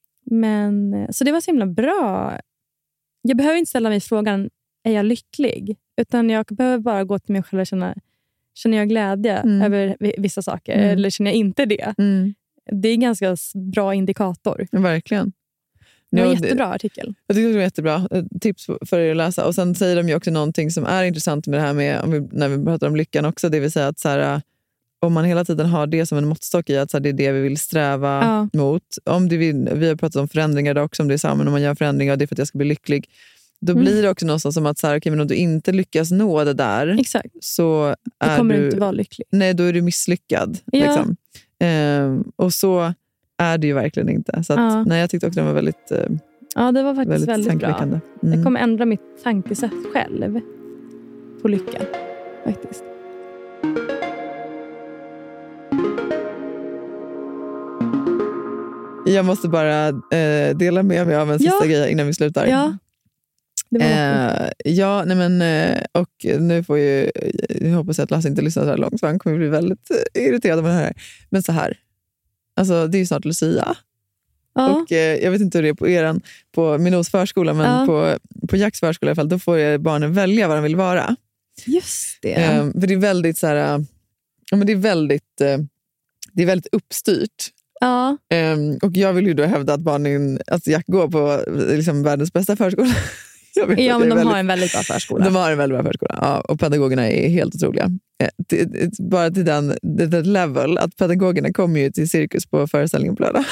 Men, så det var så himla bra. Jag behöver inte ställa mig frågan, är jag lycklig? Utan jag behöver bara gå till mig själv och känna, känner jag glädje mm. över vissa saker? Mm. Eller känner jag inte det? Mm. Det är en ganska bra indikator. Ja, verkligen. Det var en jättebra artikel. Jag tycker det var jättebra. Tips för er att läsa. Och sen säger de ju också någonting som är intressant med det här med, om vi, när vi pratar om lyckan också. Det vill säga att så här, om man hela tiden har det som en måttstock i att så här, det är det vi vill sträva ja. mot. Om det vill, vi har pratat om förändringar där också, om det är samma, om man gör förändringar det är för att jag ska bli lycklig. Då mm. blir det också någonstans som att så här, okay, men om du inte lyckas nå det där Exakt. så är då kommer du du inte vara lycklig. Nej, då är du misslyckad. Ja. Liksom. Ehm, och så är det ju verkligen inte. Så att, ja. nej, jag tyckte också det var väldigt eh, Ja, det var faktiskt väldigt, väldigt bra. Mm. Jag kommer ändra mitt tankesätt själv på lycka. Faktiskt. Jag måste bara eh, dela med mig av en sista ja. grej innan vi slutar. Ja. Det var eh, ja, nej men eh, och nu får ju jag hoppas att Lasse inte lyssnar så här långt för han kommer bli väldigt irriterad av det här. Men så här. Alltså det är ju snart Lucia. Ja. Och eh, jag vet inte hur det är på eran, på Minos förskola, men ja. på, på Jacks förskola i alla fall, då får barnen välja vad de vill vara. Just det. Eh, för det är väldigt så här, ja, men det är väldigt, eh, det är väldigt uppstyrt. Ja. Eh, och jag vill ju då hävda att barnen, alltså Jack går på liksom världens bästa förskola. Ja, men de väldigt, har en väldigt bra förskola. De har en väldigt bra förskola, ja, och pedagogerna är helt otroliga. Eh, till, bara till den, den level att pedagogerna kommer ju till cirkus på föreställningen på lördag.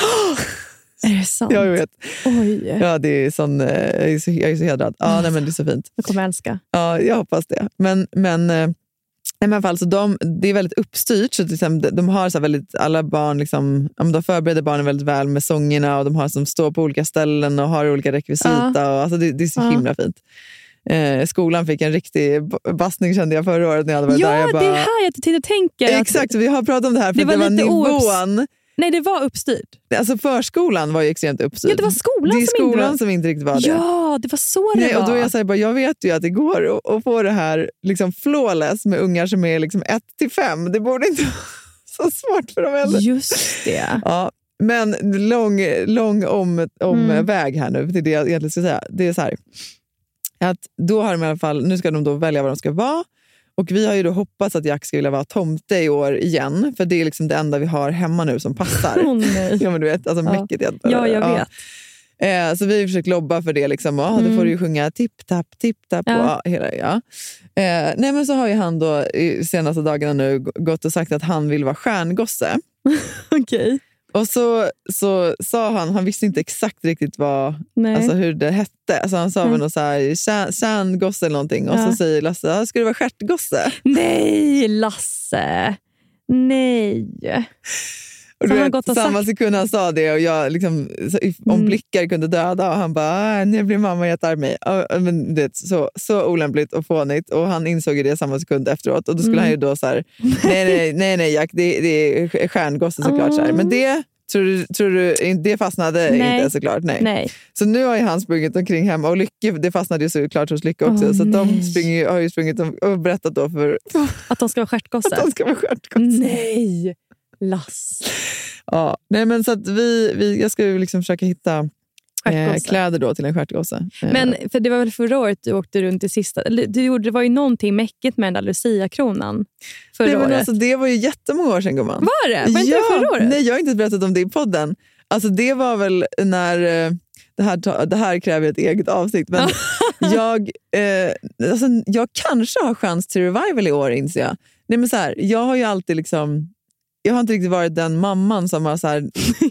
Är det sant? Jag vet. Oj. Ja, det är sån, jag är så, jag är så hedrad. Ja, nej, men det är så fint. Jag kommer älska. Ja, jag hoppas det. Men, men i alla fall, så de, det är väldigt uppstyrt. Så liksom, de har så väldigt, alla barn, liksom, de förbereder barnen väldigt väl med sångerna. Och de har som står på olika ställen och har olika rekvisita. Ja. Och, alltså, det, det är så ja. himla fint. Eh, skolan fick en riktig bastning, kände jag förra året när jag hade varit ja, där. Jag bara, det är här jag tänkte tänka. Exakt, vi har pratat om det här. För det var, det var nivån... Oups. Nej, det var uppstyrt. Alltså förskolan var ju extremt uppstyrd. Ja, det var skolan, det är som, skolan inte... som inte riktigt var det. Ja, det var så det Nej, var. Och då är jag, så här, bara, jag vet ju att det går att, att få det här liksom flawless med ungar som är liksom ett till fem. Det borde inte vara så svårt för dem heller. Just det. Ja, men lång, lång om, om Mm. väg här nu. Det är det jag egentligen ska säga. Det är så här, att då har de i alla fall, nu ska de då välja vad de ska vara. Och vi har ju då hoppats att Jack ska vilja vara tomte i år igen. För det är liksom det enda vi har hemma nu som passar. Oh, nej. Ja, men du vet, alltså ja. mycket det. Ja, jag vet. Ja. Eh, så vi har försökt lobba för det. Liksom. Ja, Mm. Då får du ju sjunga tipp-tapp, tipp-tapp. Ja. Ja, hela, ja. Eh, nej, men så har ju han då i senaste dagarna nu gått och sagt att han vill vara stjärngosse. Okej. Okay. Och så, så sa han, han visste inte exakt riktigt vad, alltså hur det hette. Alltså han sa mm. väl något så här, kärngosse eller någonting. Och ja. så säger Lasse, ska du vara stjärtgosse? Nej, Lasse. Nej. Och du vet, gått och samma sagt... sekund han sa det och jag liksom, om mm. blickar kunde döda och han bara, nu blir mamma jättearg. Men det så, så olämpligt och fånigt och han insåg det samma sekund efteråt och då skulle mm. han ju då så här, nej nej nej nej Jack, det, det är stjärngosse såklart oh. så här. Men det tror du, tror du det fastnade nej. inte såklart, nej. nej. Så nu har ju han sprungit omkring hemma och Lycke, det fastnade ju såklart hos Lycke också. Oh, så de springer, har ju sprungit och berättat då för att de ska vara stjärtgosse. Att de ska vara stjärtgosse. Nej. Lass. Ja, nej men så att vi, vi jag ska ju liksom försöka hitta eh, kläder då till en stjärtgosse. Men för det var väl förra året du åkte runt i sista, du gjorde, det var ju någonting mäckigt med den där Lucia-kronan förra nej, men året. Alltså, det var ju jättemånga år sedan, gumman. Var det? Var inte ja, det förra året? Nej, jag har inte berättat om det i podden. Alltså det var väl när det här, det här kräver ett eget avsnitt, men jag, eh, alltså, jag kanske har chans till revival i år, inser jag. Nej, men så här, jag har ju alltid liksom jag har inte riktigt varit den mamman som har så här...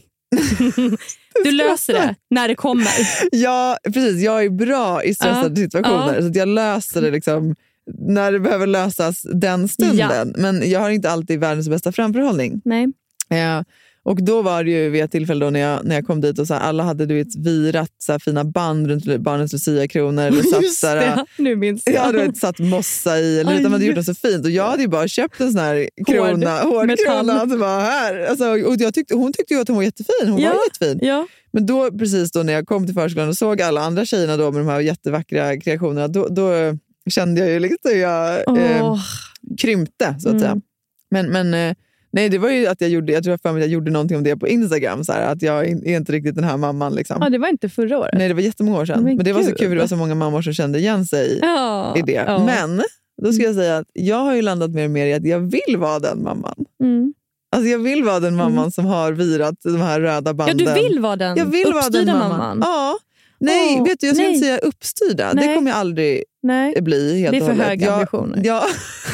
Du löser det när det kommer. Ja, precis. Jag är bra i stressade uh, situationer. Uh. Så att jag löser det liksom när det behöver lösas den stunden. Ja. Men jag har inte alltid världens bästa framförhållning. Nej. Ja. Och då var det ju vid ett tillfälle då när jag, när jag kom dit och så här, alla hade du vet, virat så här, fina band runt barnens Lucia-kronor. Eller satt, just det, så här, nu minns jag. Ja, du vet, satt mossa i. Eller utan man hade gjort det så fint. Och jag hade ju bara köpt en sån här krona. Hård krona. Alltså bara här. Alltså, och jag tyckte, hon tyckte ju att hon var jättefin. Hon ja, var jättefin. Ja. Men då, precis då när jag kom till förskolan och såg alla andra tjejerna då med de här jättevackra kreationerna. Då, då kände jag ju liksom att jag oh. eh, krympte, så att mm. säga. Men... men eh, nej, det var ju att jag gjorde, jag tror för mig att jag gjorde någonting om det på Instagram. Så här, att jag är inte riktigt den här mamman. Liksom. Ja, det var inte förra året. Nej, det var jättemånga år sedan. Men, Men det Gud. var så kul, det var så många mammor som kände igen sig ja, i det. Ja. Men då ska jag säga att jag har ju landat mer och mer i att jag vill vara den mamman. Mm. Alltså jag vill vara den mamman mm. som har virat de här röda banden. Ja, du vill vara den jag vill vara den mamman. mamman. Ja. Nej, oh, vet du, jag ska nej. inte säga uppstyrda. Nej. Det kommer jag aldrig nej. bli helt det är och för hållet. höga jag, ambitioner. Ja.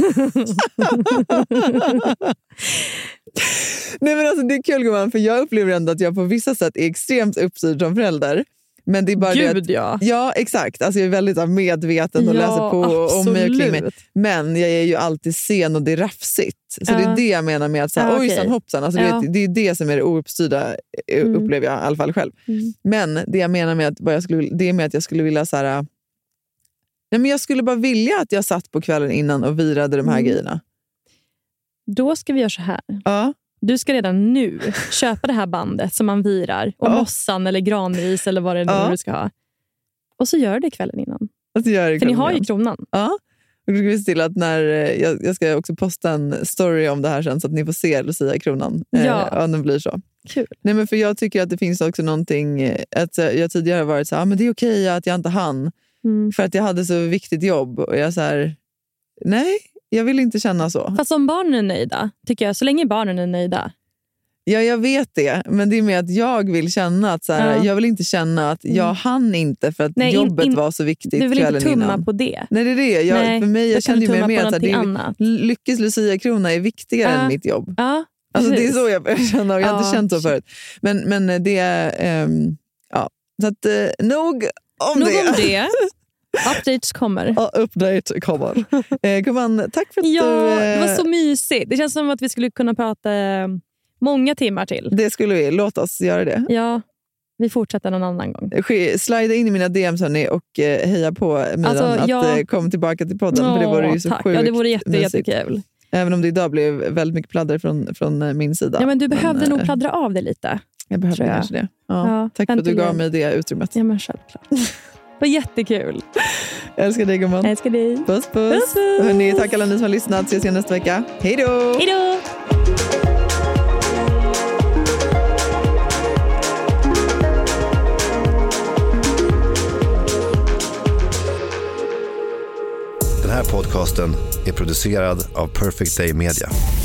Nej, men alltså, det är kul, gumman, för jag upplever ändå att jag på vissa sätt är extremt uppstyrd som förälder. Men det är bara Gud, det att, ja. Ja, exakt. Alltså jag är väldigt medveten och ja, läser på och om mig och kring mig. Men jag är ju alltid sen och det är rafsigt. Så ja. det är det jag menar med att så här, ja, ojsan okay. hoppsan. Alltså, ja. vet, det är det som är det ouppstyrda, mm. upplever jag i alla fall själv. Mm. Men det jag menar med att, vad jag skulle, det är med att jag skulle vilja så här, nej, men jag skulle bara vilja att jag satt på kvällen innan och virade de här mm. grejerna. Då ska vi göra så här. Ja. Du ska redan nu köpa det här bandet som man virar. Och ja. mossan eller granris eller vad det är ja. du ska ha. Och så gör du det kvällen innan. Och så gör det För ni har innan. ju kronan. Ja. Och då ska vi se till att när, jag, jag ska också posta en story om det här sen så att ni får se Lucia-kronan. Ja. Eh, om den blir så. Kul. Nej, men för jag tycker att det finns också någonting, att jag tidigare har varit så här, ah, men det är okej att jag inte hann. Mm. För att jag hade så viktigt jobb. Och jag så här, nej, jag vill inte känna så. Fast om barnen är nöjda, tycker jag, så länge barnen är nöjda. Ja, jag vet det. Men det är med att jag vill känna att så här, ja. jag vill inte känna att jag mm. hann inte för att nej, jobbet in, in, var så viktigt kvällen innan. Du vill inte tumma innan. På det. Nej, det är det. Jag, nej, för mig, jag kände ju mer med att det, Lyckes Lucia-krona är viktigare ja. än mitt jobb. Ja, alltså, det är så jag börjar känna och jag har ja. inte känt så förut. Men, men det är... Um, ja. Så att, uh, nog om nog det. Om det. Updates kommer. Ja, update kommer. eh, Gumman, tack för att ja, du... Eh... det var så mysigt. Det känns som att vi skulle kunna prata många timmar till. Det skulle vi. Låt oss göra det. Ja, vi fortsätter någon annan gång. Slida in i mina D Ms hörni, och eh, heja på Myran alltså, att ja. komma tillbaka till podden. Åh, för det vore ju så tack. sjukt Ja, det vore jätte, jättekul. Även om det idag blev väldigt mycket pladder från, från min sida. Ja, men du behövde men, nog pladdra av det lite. Jag behövde jag. kanske det. Ja. Ja, tack för att du gav mig det utrymmet. Ja, men självklart. Det var jättekul. Jag älskar dig, gumman. Jag älskar dig. Puss, puss. puss, puss. Hörrni, tack alla ni som har lyssnat. Ses igen nästa vecka. Hej då! Hej då! Den här podcasten är producerad av Perfect Day Media.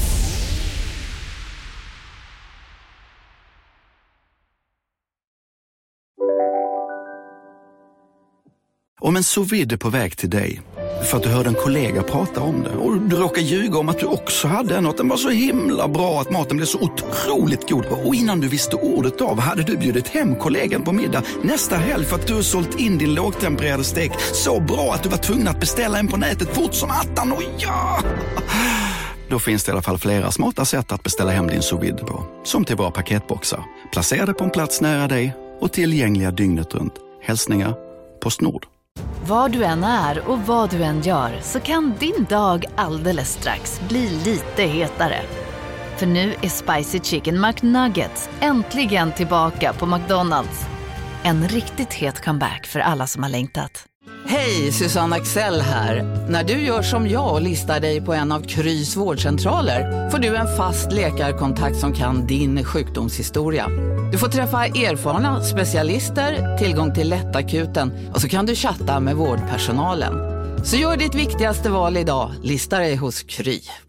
Om en sous vide är på väg till dig för att du hörde en kollega prata om det och du råkar ljuga om att du också hade en och att den var så himla bra att maten blev så otroligt god. Och innan du visste ordet av hade du bjudit hem kollegan på middag nästa helg för att du har sålt in din lågtempererade stek så bra att du var tvungen att beställa en på nätet fort som attan. Och ja! Då finns det i alla fall flera smarta sätt att beställa hem din sous vide på. Som till våra paketboxar, placerade på en plats nära dig och tillgängliga dygnet runt. Hälsningar PostNord. Var du än är och vad du än gör så kan din dag alldeles strax bli lite hetare. För nu är Spicy Chicken McNuggets äntligen tillbaka på McDonald's. En riktigt het comeback för alla som har längtat. Hej, Susanne Axel här. När du gör som jag och listar dig på en av Krys vårdcentraler får du en fast läkarkontakt som kan din sjukdomshistoria. Du får träffa erfarna specialister, tillgång till lättakuten och så kan du chatta med vårdpersonalen. Så gör ditt viktigaste val idag, lista dig hos Kry.